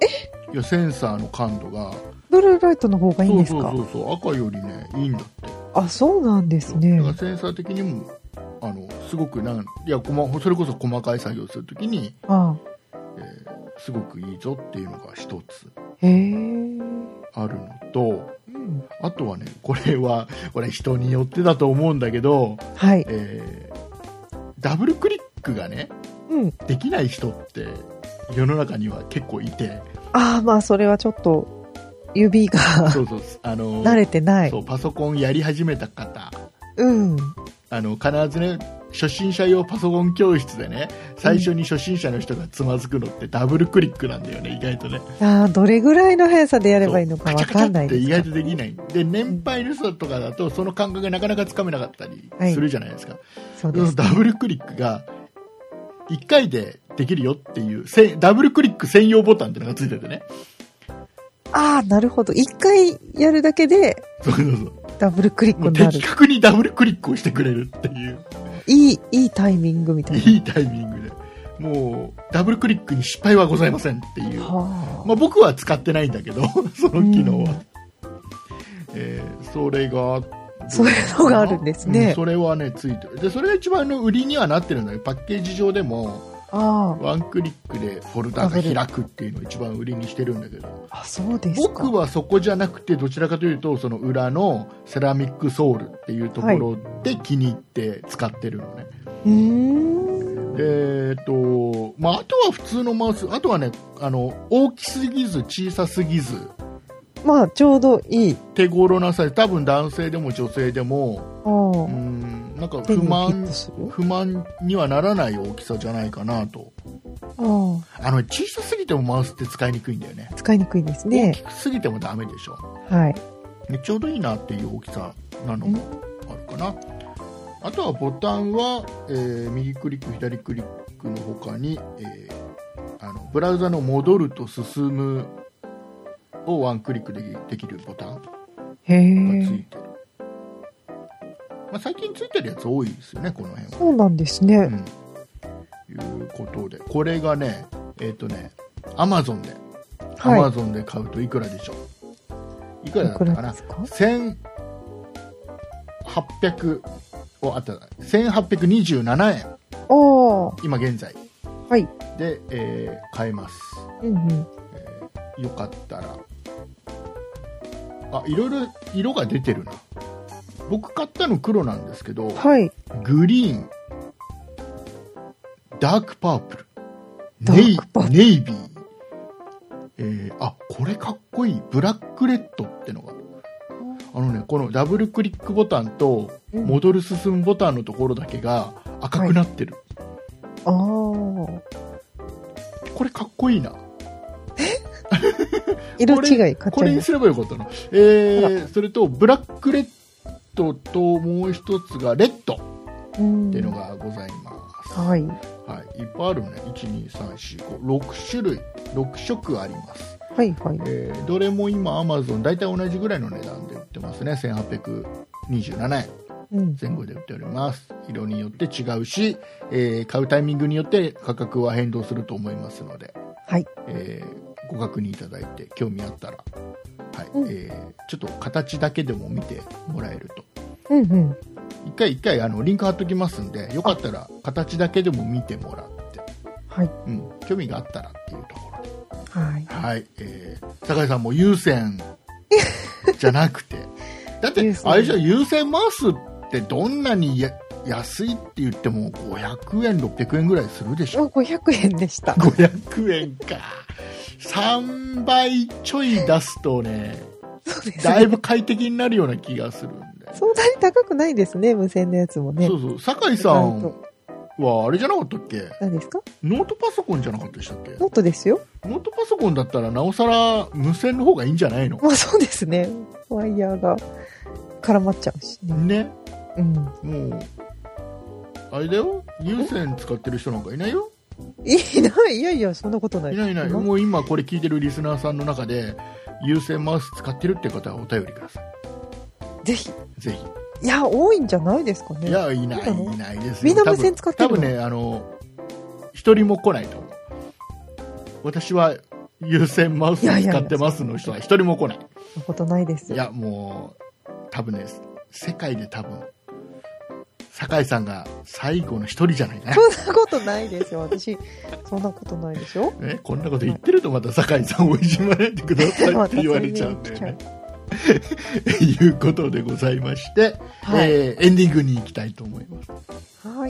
え？いやセンサーの感度がブルーライトの方がいいんですか？ そうそうそうそう、赤よりねいいんだって。あ、 そうなんですね。 だからセンサー的にもあのすごくなんいやそれこそ細かい作業するときに、ああ、えー、すごくいいぞっていうのが一つあるのと、うん、あとはねこれはこれ人によってだと思うんだけど、はい、えー、ダブルクリックがね、うん、できない人って世の中には結構いて、 ああ、まあそれはちょっと指がそうそう、あの慣れてない。 そう、パソコンやり始めた方、 うん、 あの必ずね初心者用パソコン教室でね最初に初心者の人がつまずくのってダブルクリックなんだよね、意外とね。 あ、どれぐらいの速さでやればいいのか分かんないですか。 カチャカチャって意外とできないで、年配の人とかだとその感覚がなかなかつかめなかったりするじゃないですか、はい、そうですね、ダブルクリックがいっかいでできるよっていうダブルクリック専用ボタンっていうのがついててね。 ああ、なるほど。一回やるだけでそうそうそうダブルクリックになる。 的確にダブルクリックをしてくれるっていういい、いいタイミングみたいな。 いいタイミングでもうダブルクリックに失敗はございませんっていう、はあ、まあ、僕は使ってないんだけどその機能は、うん、えー、それがそういうのがあるんですね、 うん、それはねついてる。でそれが一番の売りにはなってるんだけど、パッケージ上でもああ。 ワンクリックでフォルダが開くっていうのを一番売りにしてるんだけど、 あ、そうですか。 僕はそこじゃなくて、どちらかというとその裏のセラミックソールっていうところで気に入って使ってるのね。 うーん。 えーっとまあ、あとは普通のマウス、あとはね、あの大きすぎず小さすぎず、 まあちょうどいい手頃なサイズ、多分男性でも女性でも、 あうん、なんか不満不満にはならない大きさじゃないかなと。 ああの小さすぎてもマウスって使いにくいんだよね。 使いにくいですね。 大きすぎてもダメでしょ。 はい。 ね、ちょうどいいなっていう大きさなのもあるかな。あとはボタンは、えー、右クリック左クリックの他に、えー、あのブラウザの戻ると進むをワンクリックでできるボタンがつへいてる。まあ、最近ついてるやつ多いですよね、この辺は。 そうなんですね。 うん、いうことで、これがね、えっ、ー、とね、アマゾンで、アマゾンで買うといくらでしょう。いくらだったかな。せんはっぴゃくをあったせんはっぴゃくにじゅうななえん。 お今現在。 はい。 で、えー、買えます。 うんうん。 えー、よかったら。あ、いろいろ色が出てるな。僕買ったの黒なんですけど、 はい、 グリーン、ダークパープル、ネイ、ネイビー、えー、あ、これかっこいい、ブラックレッドってのが、あのね、このダブルクリックボタンと戻る進むボタンのところだけが赤くなってる。 はい、ああ、 これかっこいいな。 色違い買っちゃいます。 これにすればよかったな。えー、それとブラックレッドともう一つがレッドっていうのがございます。 はい、 はい、いっぱいあるね。いち、に、さん、よん、ご、ろく種類、ろく色あります。 はいはい。 えー、どれも今 Amazon 大体同じぐらいの値段で売ってますね。せんはっぴゃくにじゅうななえん前後で売っております。色によって違うし、えー、買うタイミングによって価格は変動すると思いますので、 はい、 えー、ご確認いただいて興味あったら、はい、 うん、 えー、ちょっと形だけでも見てもらえると。 うんうん。 一回一回あのリンク貼っときますんで、よかったら形だけでも見てもらって、 はい、 うん、興味があったらっていうところで、 はい、 はい、えー、酒井さんも有線じゃなくて、だってあれじゃ有線マウスってどんなにや安いって言ってもごひゃくえんろっぴゃくえんぐらいするでしょ。 ごひゃくえんでした。 ごひゃくえんか。さんばいちょい出すとね、 そうですね、 だいぶ快適になるような気がするんで。 そんなに高くないですね、無線のやつもね。 そうそう、酒井さんはあれじゃなかったっけ？ 何ですか？ ノートパソコンじゃなかったでしたっけ？ ノートですよ。 ノートパソコンだったらなおさら無線の方がいいんじゃないの？ まあそうですね。ワイヤーが絡まっちゃうしね。 ね。 うん。 もうあれだよ。有線使ってる人なんかいないよ。 いない、いやいや、そんなことない。 いないいない。もう今これ聞いてるリスナーさんの中で有線マウス使ってるって方はお便りください。 ぜひ。 ぜひ。 いや、多いんじゃないですかね。 いや、いない、いないですよ。 みんな無線使ってるの？ 多分ね、あの、一人も来ないと思う。私は有線マウス使ってますの人は一人も来ない。 そんなことないです。 いや、もう、多分ね、世界で多分、酒井さんが最後の一人じゃないかな。 そんなことないですよ。私、そんなことないでしょ。 ね、こんなこと言ってるとまた酒井さんをいじまないでくださいって言われちゃうんだよね。いうことでございまして、はい、えー、エンディングに行きたいと思います。 はい。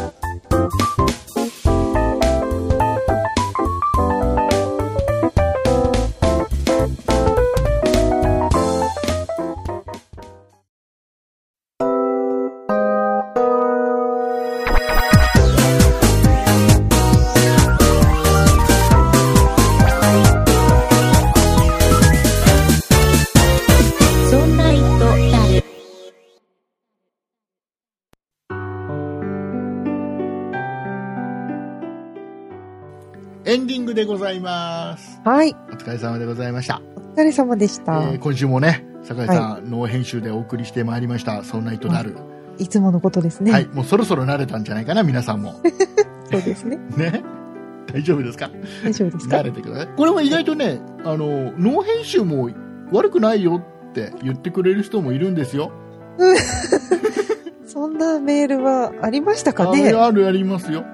エンディングでございます。 はい。 お疲れ様でございました。 お疲れ様でした。 えー、今週もね、酒井さん、はい、ノー編集でお送りしてまいりました。そんな糸である。 いつものことですね。 はい。もうそろそろ慣れたんじゃないかな、皆さんも。 そうですね。 ね。大丈夫ですか？ 大丈夫ですか？ 慣れてください。これも意外とね、あの、ノー編集も悪くないよって言ってくれる人もいるんですよ。 そんなメールはありましたかね？ あるありますよ。 ありま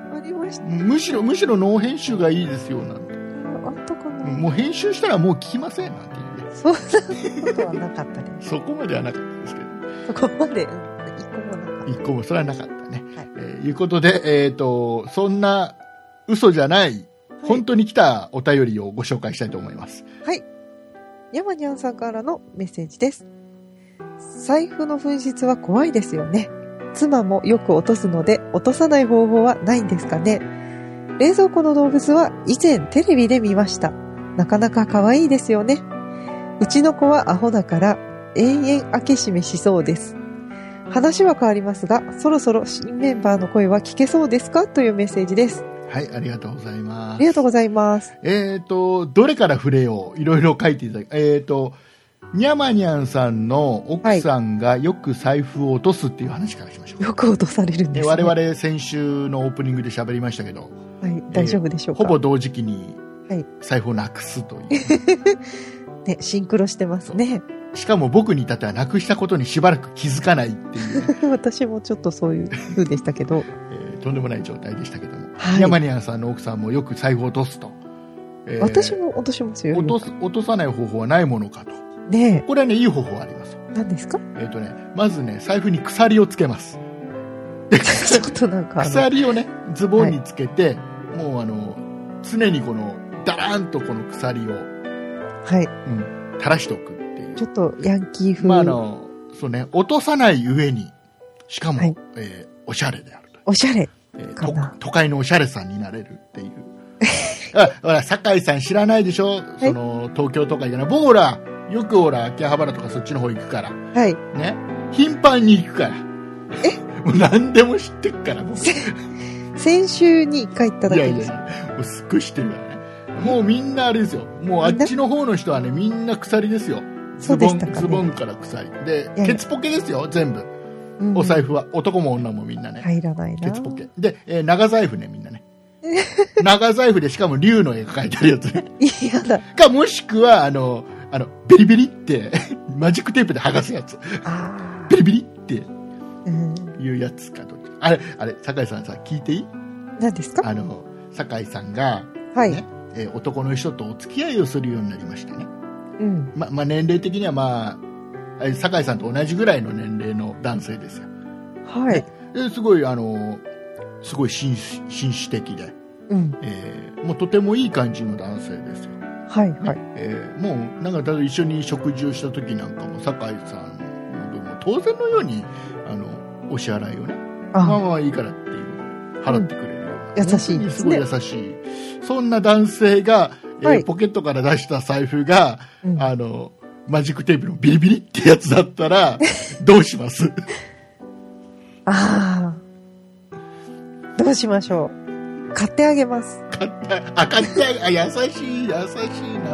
ました。 むしろ、むしろノー編集がいいですよ、なんて。 あったかな。 もう編集したらもう聞きません、なんていうね。 そんなことはなかったです。 そこまではなかったですけど。 そこまで、うん、一個もなかった。 一個も、それはなかったね。 はい。 えー、いうことで、えっと、そんな嘘じゃない、本当に来たお便りをご紹介したいと思います。 はい。ヤマニャンさんからのメッセージです。財布の紛失は怖いですよね。妻もよく落とすので、落とさない方法はないんですかね。冷蔵庫の動物は以前テレビで見ました。なかなか可愛いですよね。うちの子はアホだから永遠開け閉めしそうです。話は変わりますが、そろそろ新メンバーの声は聞けそうですかというメッセージです。 はい、ありがとうございます。 ありがとうございます。 えっと、どれから触れよう、いろいろ書いていただき、えっと、にゃまにゃんさんの奥さんがよく財布を落とすっていう話からしましょう。 よく落とされるんですね。 我々先週のオープニングで喋りましたけど、 はい、大丈夫でしょうか。 えー、ほぼ同時期に財布をなくすという。 ね、シンクロしてますね。 しかも僕に至ってはなくしたことにしばらく気づかないっていう。 私もちょっとそういう風でしたけど。 えー、とんでもない状態でしたけども。にゃまにゃんさんの奥さんもよく財布を落とすと。 えー、私も落としますよ。 落とす、落とさない方法はないものかと。 ねえ。 これはね、いい方法ありますよ。 何ですか？ えっとね、まずね、財布に鎖をつけます。 ちょっとなんか。 鎖をね、ズボンにつけて、はい、もうあの、常にこの、ダラーンとこの鎖を、 はい。 うん、垂らしておくっていう。 ちょっとヤンキー風。 まああの、そうね、落とさない上に、しかも、はい、えー、おしゃれであると。 おしゃれえー、と都会のおしゃれさんになれるっていう。あ、ほら、酒井さん知らないでしょ、はい、その、東京とか行かない。僕ほら、よくほら、秋葉原とかそっちの方行くから。 はい。 ね。頻繁に行くから。 えもう何でも知ってっから、もう。 先週に一回行っただけです。 いやいやいや、もうすっごい知ってるからね。もうみんなあれですよ。もうあっちの方の人はね、みんな鎖ですよ。ズボン、ね、ズボンから鎖。で、ケツポケですよ、全部。うん、お財布は。男も女もみんなね。 入らないな。 ケツポケ。で、えー、長財布ね、みんなね。長財布でしかも竜の絵が描いてあるやつね。 嫌だ。 か、もしくは、あの、あの、ベリベリって、マジックテープで剥がすやつ。 あベリベリっていうやつかと。あれ、あれ、酒井さんさ、聞いていい？ 何ですか？ あの、酒井さんが、 はい。 ね、えー、男の人とお付き合いをするようになりましてね。 うん。 ま、まあ、年齢的にはまあ、酒井さんと同じぐらいの年齢の男性ですよ。 はい。 ですごい、あの、すごい紳士、紳士的で、 うん。 えー、もうとてもいい感じの男性ですよ。 はいはい。 ね、えー、もうなんかただ一緒に食事をした時なんかも酒井さんの分も当然のようにあのお支払いをね、あまあまあいいからっていう払ってくれるような、 うん、優しいですね。 すごい優しい。そんな男性が、えーはい、ポケットから出した財布が、うん、あのマジックテープのビリビリってやつだったらどうします？ ああ、どうしましょう。買ってあげます。 買って、あ、買ってあげ、あ、優しい、優しいな。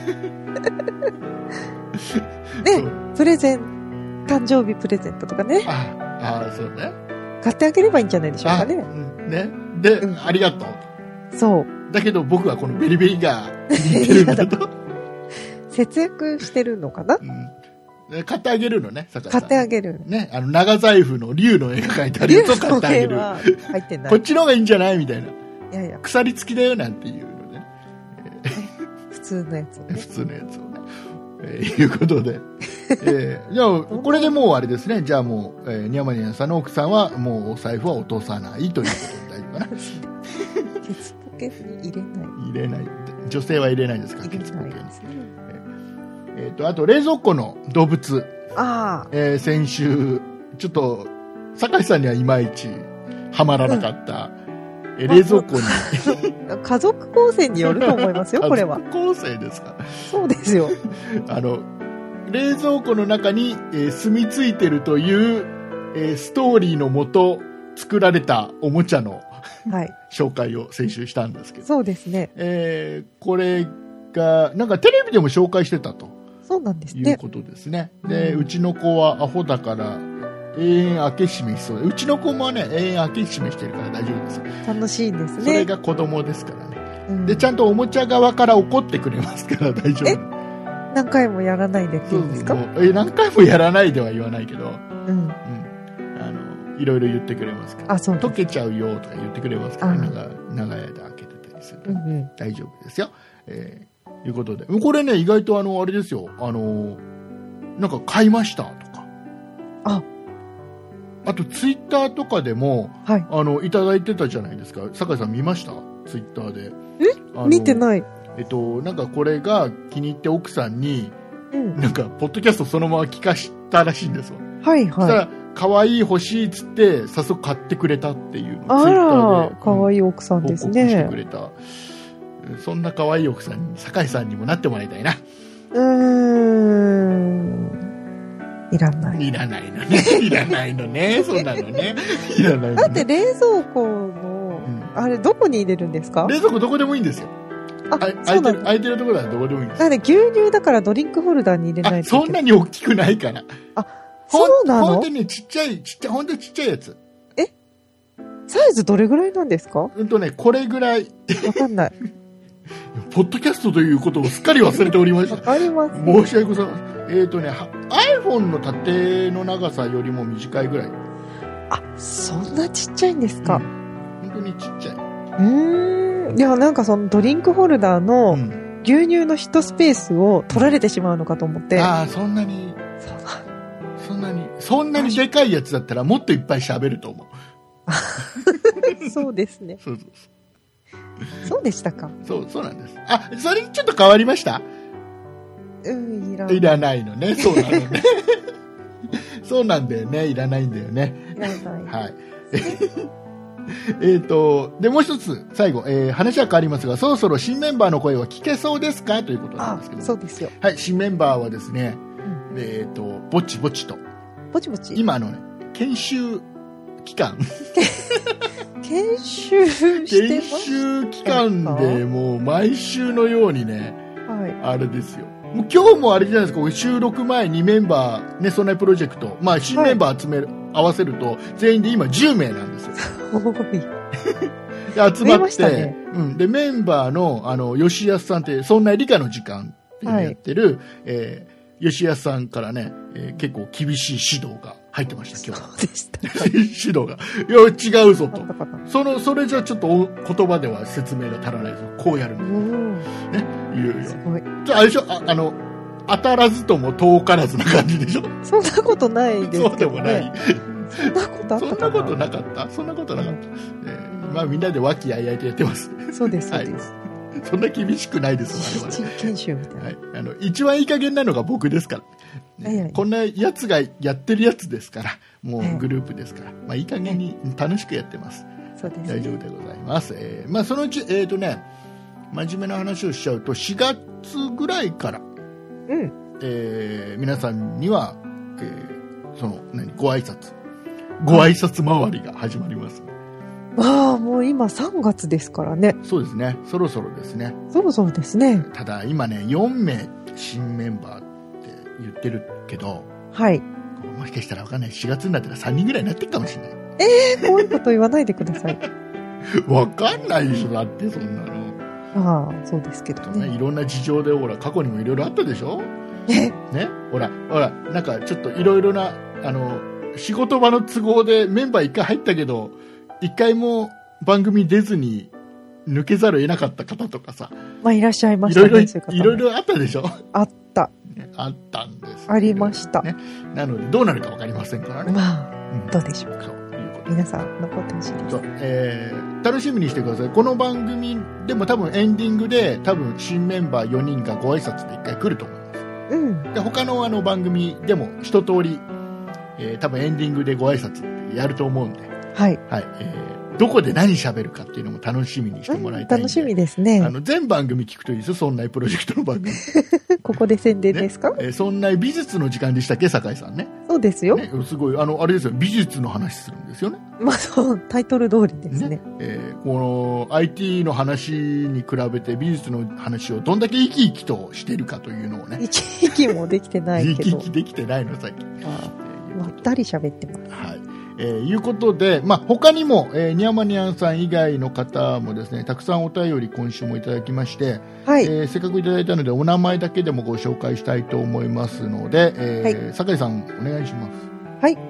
ね、プレゼン、誕生日プレゼントとかね。 ああ、そうね。 買ってあげればいいんじゃないでしょうかね。 ね。で、うん、ありがとうと。そう。 だけど僕はこのベリベリが気に入ってるんだと。 節約してるのかな、 うん、買ってあげるのね、 買ってあげる。 ね、あの、長財布の竜の絵が描いてあるやつを買ってあげる。 入ってない。 こっちの方がいいんじゃないみたいな。 いやいや。 鎖付きだよなんていうのね。 普通のやつをね。 普通のやつをね。えー、いうことで。えー、じゃあ、これでもうあれですね。じゃあもう、えー、ニャマニャンさんの奥さんはもうお財布は落とさないということで大丈夫かな。 ケツポケに入れない。 入れないって。女性は入れないですか、 ケツポケに。 ね、 えっ、ー、と、あと冷蔵庫の動物。 ああ。 えー、先週、ちょっと、酒井さんにはいまいちはまらなかった、うん、え冷蔵庫に。 家族構成によると思いますよ、これは。 家族構成ですか。 そうですよ。 あの、冷蔵庫の中に、えー、住み着いてるという、えー、ストーリーのもと作られたおもちゃの、はい、紹介を先週したんですけど。 そうですね。 えー、これが、なんかテレビでも紹介してたと。 そうなんですね。 いうことですね。で、うん、うちの子はアホだから永遠開け閉めしそうで、うちの子もね、永遠開け閉めしてるから大丈夫ですよ。 楽しいんですね。 それが子供ですからね。うん、で、ちゃんとおもちゃ側から怒ってくれますから大丈夫。 え、何回もやらないでって言うんですか？ そうそう、え、何回もやらないでは言わないけど、うん。うん。あの、 いろいろ言ってくれますから。 あ、そう溶けちゃうよとか言ってくれますから、ね、長長い間開けてたりすると、うんうん、大丈夫ですよ。えー、いうことで、これね、意外とあの、あれですよ、あの、なんか買いましたとか。 あ、 あとツイッターとかでも、はい、あの、いただいてたじゃないですか。酒井さん見ました？ツイッターで。 え？見てない。 えっと、なんかこれが気に入って奥さんに、うん、なんか、ポッドキャストそのまま聞かしたらしいんですよ。 はいはい。そしたら、 可愛い欲しいっつって、早速買ってくれたっていうのをツイッターで。可愛い奥さんですね。 報告してくれた。そんな可愛い奥さんに、酒井さんにもなってもらいたいな。 うーん。いらない。 いらないのね。いらないのね。そうなのね。いらないのね。 だって冷蔵庫の、うん、あれどこに入れるんですか？ 冷蔵庫どこでもいいんですよ。あ、空いてる、空いてるところはどこでもいいんです。 だって牛乳だからドリンクホルダーに入れないといけない。 そんなに大きくないから。 あ、そうなの？ ほんとにちっちゃい、ちっちゃい、ほんとちっちゃいやつ。 え？サイズどれぐらいなんですか？ うんとね、これぐらい。 わかんない。 ポッドキャストということをすっかり忘れておりました。 わかります。 申し訳ございません。えーとね、iPhone の縦の長さよりも短いぐらい。 あ、そんなちっちゃいんですか？うん、 本当にちっちゃい。 うーん。いや、なんかそのドリンクホルダーの牛乳の一スペースを取られてしまうのかと思って。 うん、ああ、そんなに。そんなに、そんなにでかいやつだったらもっといっぱい喋ると思う。そうですね。 そうそうそう。そうでしたか。 そう、そうなんです。あ、それちょっと変わりました？ うん、いらない。 いらないのね。そうなのね。そうなんだよね。いらないんだよね。 いらない。 はい。えっと、で、もう一つ、最後、えー、話は変わりますが、そろそろ新メンバーの声は聞けそうですかということなんですけど。 そうですよ。 はい、新メンバーはですね、うん、えっと、ぼちぼちと。 ぼちぼち今のね、研修期間。 研修してます？研修期間でもう毎週のようにね、 はい、 あれですよ。もう今日もあれじゃないですか、収録前にメンバー、ね、そんなプロジェクト、まあ新メンバー集める、はい、合わせると、全員で今じゅうめいなんですよ。 すごい。 で集まって、ね、うん。で、メンバーの、あの、吉安さんって、そんな理科の時間ってやってる、はい、えー、吉安さんからね、えー、結構厳しい指導が入ってました、今日は。 そうでした。 指導が。いや、違うぞと。その、それじゃちょっと言葉では説明が足らないぞ。こうやるの。ね、言うよ。 すごい。 じゃあ、あれでしょ、あ、あの、当たらずとも遠からずな感じでしょ。 そんなことないですけど、ね。 そうでもない。 そんなことあったかな。 そんなことなかったそんなことなかった。えー、まあみんなで和気あいあいとやってます。 そうです、そうです。 はい、そんな厳しくないです、我々。 研修みたいな。 はい。あの、一番いい加減なのが僕ですから。ね、はいはい、こんなやつがやってるやつですから、もうグループですから。はい、まあいい加減に楽しくやってます。 そうです、ね。 大丈夫でございます。えー、まあそのうち、えっ、ー、とね、真面目な話をしちゃうと、しがつぐらいから、 うん。 えー、皆さんには、えー、その、何、ご挨拶。ご挨拶回りが始まります。 ああ、もう今さんがつですからね。 そうですね。そろそろですね。 そろそろですね。 ただ今ね、よんめい新メンバーって言ってるけど、 はい。 もしかしたらわかんない。しがつになったらさんにんぐらいになってるかもしれない。 ええー、こういうこと言わないでください。 わかんないでしょ、だってそんなの。 ああ、そうですけどね。 いろんな事情で、ほら、過去にもいろいろあったでしょ。 えね、ほら、ほら、なんかちょっといろいろな、あの、仕事場の都合でメンバー一回入ったけど、一回も番組出ずに抜けざるを得なかった方とかさ。 まあいらっしゃいましたね。 いろいろあったでしょ。 あった。 ね、あったんです。 ありました。 ね。なのでどうなるかわかりませんからね。 まあ、うん、どうでしょうか。そういうこと。皆さん残ってほしいです。そう、 えー、楽しみにしてください。この番組でも多分エンディングで多分新メンバーよにんがご挨拶で一回来ると思います。 うん。 で他のあの番組でも一通り。えー、多分エンディングでご挨拶ってやると思うんで、 はい、 はい、えー、どこで何喋るかっていうのも楽しみにしてもらいたいんで、 うん、楽しみですね。 あの全番組聞くといいですよ、そんなプロジェクトの番組。 ここで宣伝ですか？ ね、えー、そんな美術の時間でしたっけ、酒井さんね。 そうですよ。 ね、すごいあのあれですよ、美術の話するんですよね。 まあそうタイトル通りですね。ね、 えー、この アイティー の話に比べて美術の話をどんだけ生き生きとしているかというのをね。 生き生きもできてないけど。 生き生きできてないのさっき。 あまったり喋ってます。 はい。えー、いうことで、まあ、他にも、えー、ニャマニャンさん以外の方もですね、たくさんお便り今週もいただきまして、 はい。 えー、せっかくいただいたので、お名前だけでもご紹介したいと思いますので、えーはい、酒井さん、お願いします。 はい。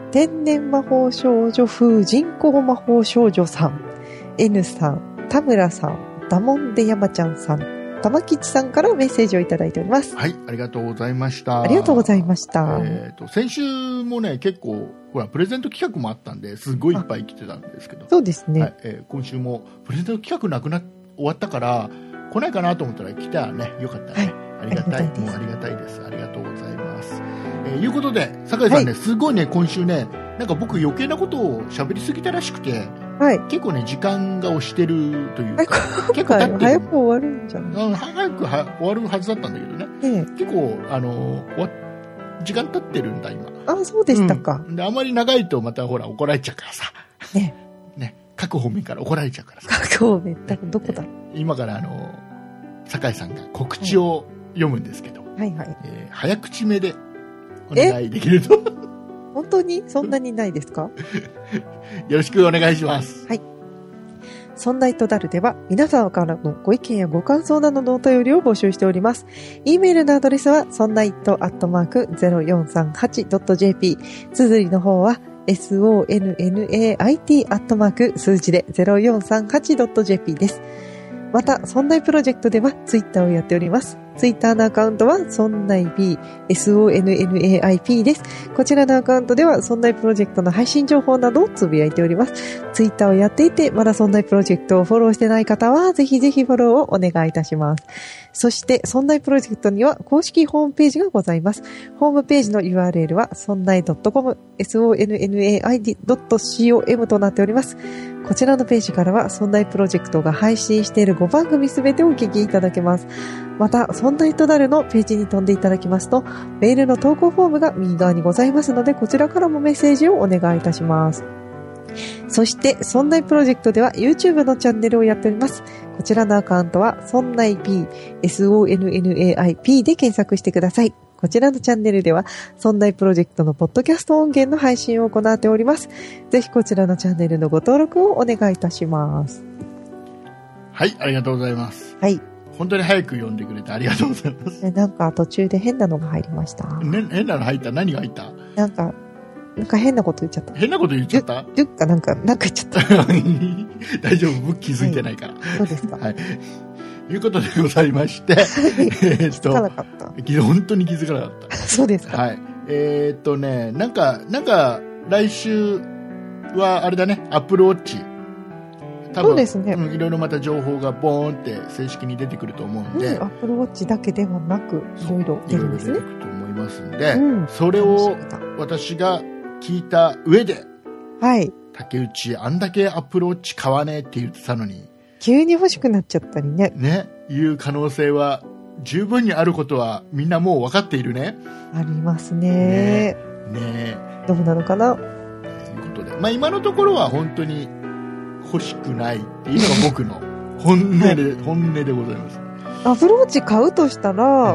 天然魔法少女風人工魔法少女さん、N さん、田村さん、ダモンデ山ちゃんさん、玉吉さんからメッセージをいただいております。 はい、ありがとうございました。 ありがとうございました。 えーと、先週もね、結構、ほら、プレゼント企画もあったんで、すごいいっぱい来てたんですけど。 そうですね。 はい、えー、今週もプレゼント企画なくな、終わったから、来ないかなと思ったら来たらね、よかったね。はい、ありがたい。もうありがたいです。ありがとうございます。えー、いうことで、酒井さんね、はい、すごいね、今週ね、なんか僕余計なことを喋りすぎたらしくて、はい、結構ね、時間が押してるというか、結構経ってる。 早く終わるんじゃない？ 早くは終わるはずだったんだけどね。ええ、結構、あの、終わ時間経ってるんだ、今。 あ、そうでしたか。 うん、で、あまり長いとまたほら怒られちゃうからさ。ね。ね。各方面から怒られちゃうからさ。 各方面だどこだ、 えー、今からあの、酒井さんが告知を読むんですけど、はいはい、えー、早口目でお願いできると。 本当にそんなにないですか？よろしくお願いします。 はい。そんな糸だるでは皆様からのご意見やご感想などのお便りを募集しております。e メールのアドレスはそんな糸アットマーク ゼロよんさんはちドットジェーピー。綴りの方は ソンナイト アットマーク数字で ゼロよんさんはちドットジェーピー です。また、そんないプロジェクトではツイッターをやっております。ツイッターのアカウントはそんない P、ソンナイピー です。こちらのアカウントではそんないプロジェクトの配信情報などをつぶやいております。ツイッターをやっていて、まだそんないプロジェクトをフォローしてない方は、ぜひぜひフォローをお願いいたします。そして、そんないプロジェクトには公式ホームページがございます。ホームページの ユーアールエル はそんない .com、ソンナイ ドット コム となっております。こちらのページからは、そんないプロジェクトが配信しているごばんぐみすべてお聞きいただけます。また、そんないとだるのページに飛んでいただきますと、メールの投稿フォームが右側にございますので、こちらからもメッセージをお願いいたします。そして、そんないプロジェクトでは YouTube のチャンネルをやっております。こちらのアカウントは、そんない P、ソンナイピー で検索してください。こちらのチャンネルでは、そんないプロジェクトのポッドキャスト音源の配信を行っております。ぜひこちらのチャンネルのご登録をお願いいたします。 はい、ありがとうございます。 はい。 本当に早く読んでくれてありがとうございます。 なんか途中で変なのが入りました。 ね、変なの入った？何が入った？ なんか、なんか変なこと言っちゃった。 変なこと言っちゃった？ どっかなんか、なんか言っちゃった。 大丈夫、僕気づいてないから。 はい、そうですか。 はい。ということでございまして、 えー、っと気づかなかった。 本当に気づかなかった。 そうですか。 はい。えー、っとね、なんか、なんか、来週は、あれだね、アップルウォッチ。多分そうですね。 うん、いろいろまた情報がボーンって正式に出てくると思うんで。 うん、アップルウォッチだけではなく、いろいろ出るんですね。いろいろ出てくると思いますんで、うん、それを私が聞いた上で、はい。竹内、あんだけアップルウォッチ買わねえって言ってたのに、 急に欲しくなっちゃったりね。 ね、いう可能性は十分にあることはみんなもう分かっているね。 ありますね。 ね。ね。 どうなのかな。ということで、まあ今のところは本当に欲しくないっていうのが僕の本音で、はい、本音でございます。 アプローチ買うとしたら、うん、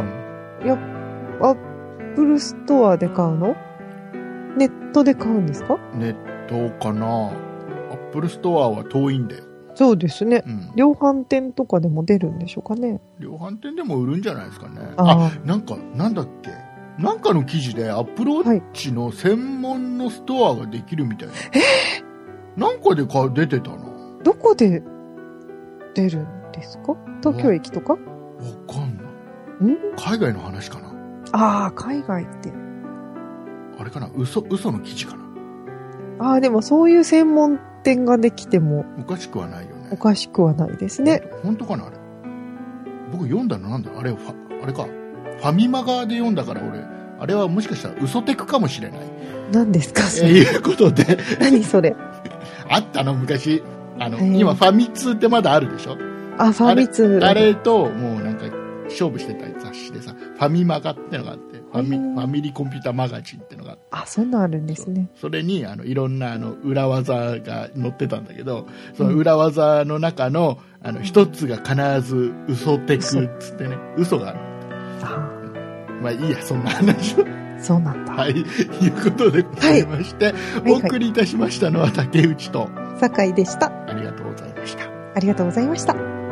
やアップルストアで買うの？ネットで買うんですか？ ネットかな。アップルストアは遠いんだよ。 そうですね、うん、量販店とかでも出るんでしょうかね。 量販店でも売るんじゃないですかね。ああ、なんかなんだっけ、なんかの記事でアップルウォッチの専門のストアができるみたいな、はい、なんかでか出てたの。 どこで出るんですか？東京駅とか？わかんない。ん？海外の話かな。 ああ、海外ってあれかな、嘘嘘の記事かな。 ああ、でもそういう専門店ができてもおかしくはないよね。 おかしくはないですね。 本当かなあれ。僕読んだのなんだあれ、ファあれか、ファミマガで読んだから俺、あれはもしかしたら嘘テクかもしれない。 何ですかそれ。 えー、いうことで何それ。 あったの昔、あの今ファミ通ってまだあるでしょ。 あ、ファミ通。 あれ、あれともうなんか勝負してた雑誌でさ、ファミマガってのがあって。ファミ、ファミリーコンピューターマガジンってのがあって、 あ、そんなあるんですね。 そ, それにあのいろんなあの裏技が載ってたんだけど、その裏技の中のあの一つが必ず嘘テクっつってね、嘘がある。あ、まあいいや、そんな話を。 そうなんだ。 はい、いうことでございまして、はい、お送りいたしましたのは竹内と酒井でした。 ありがとうございました。 ありがとうございました。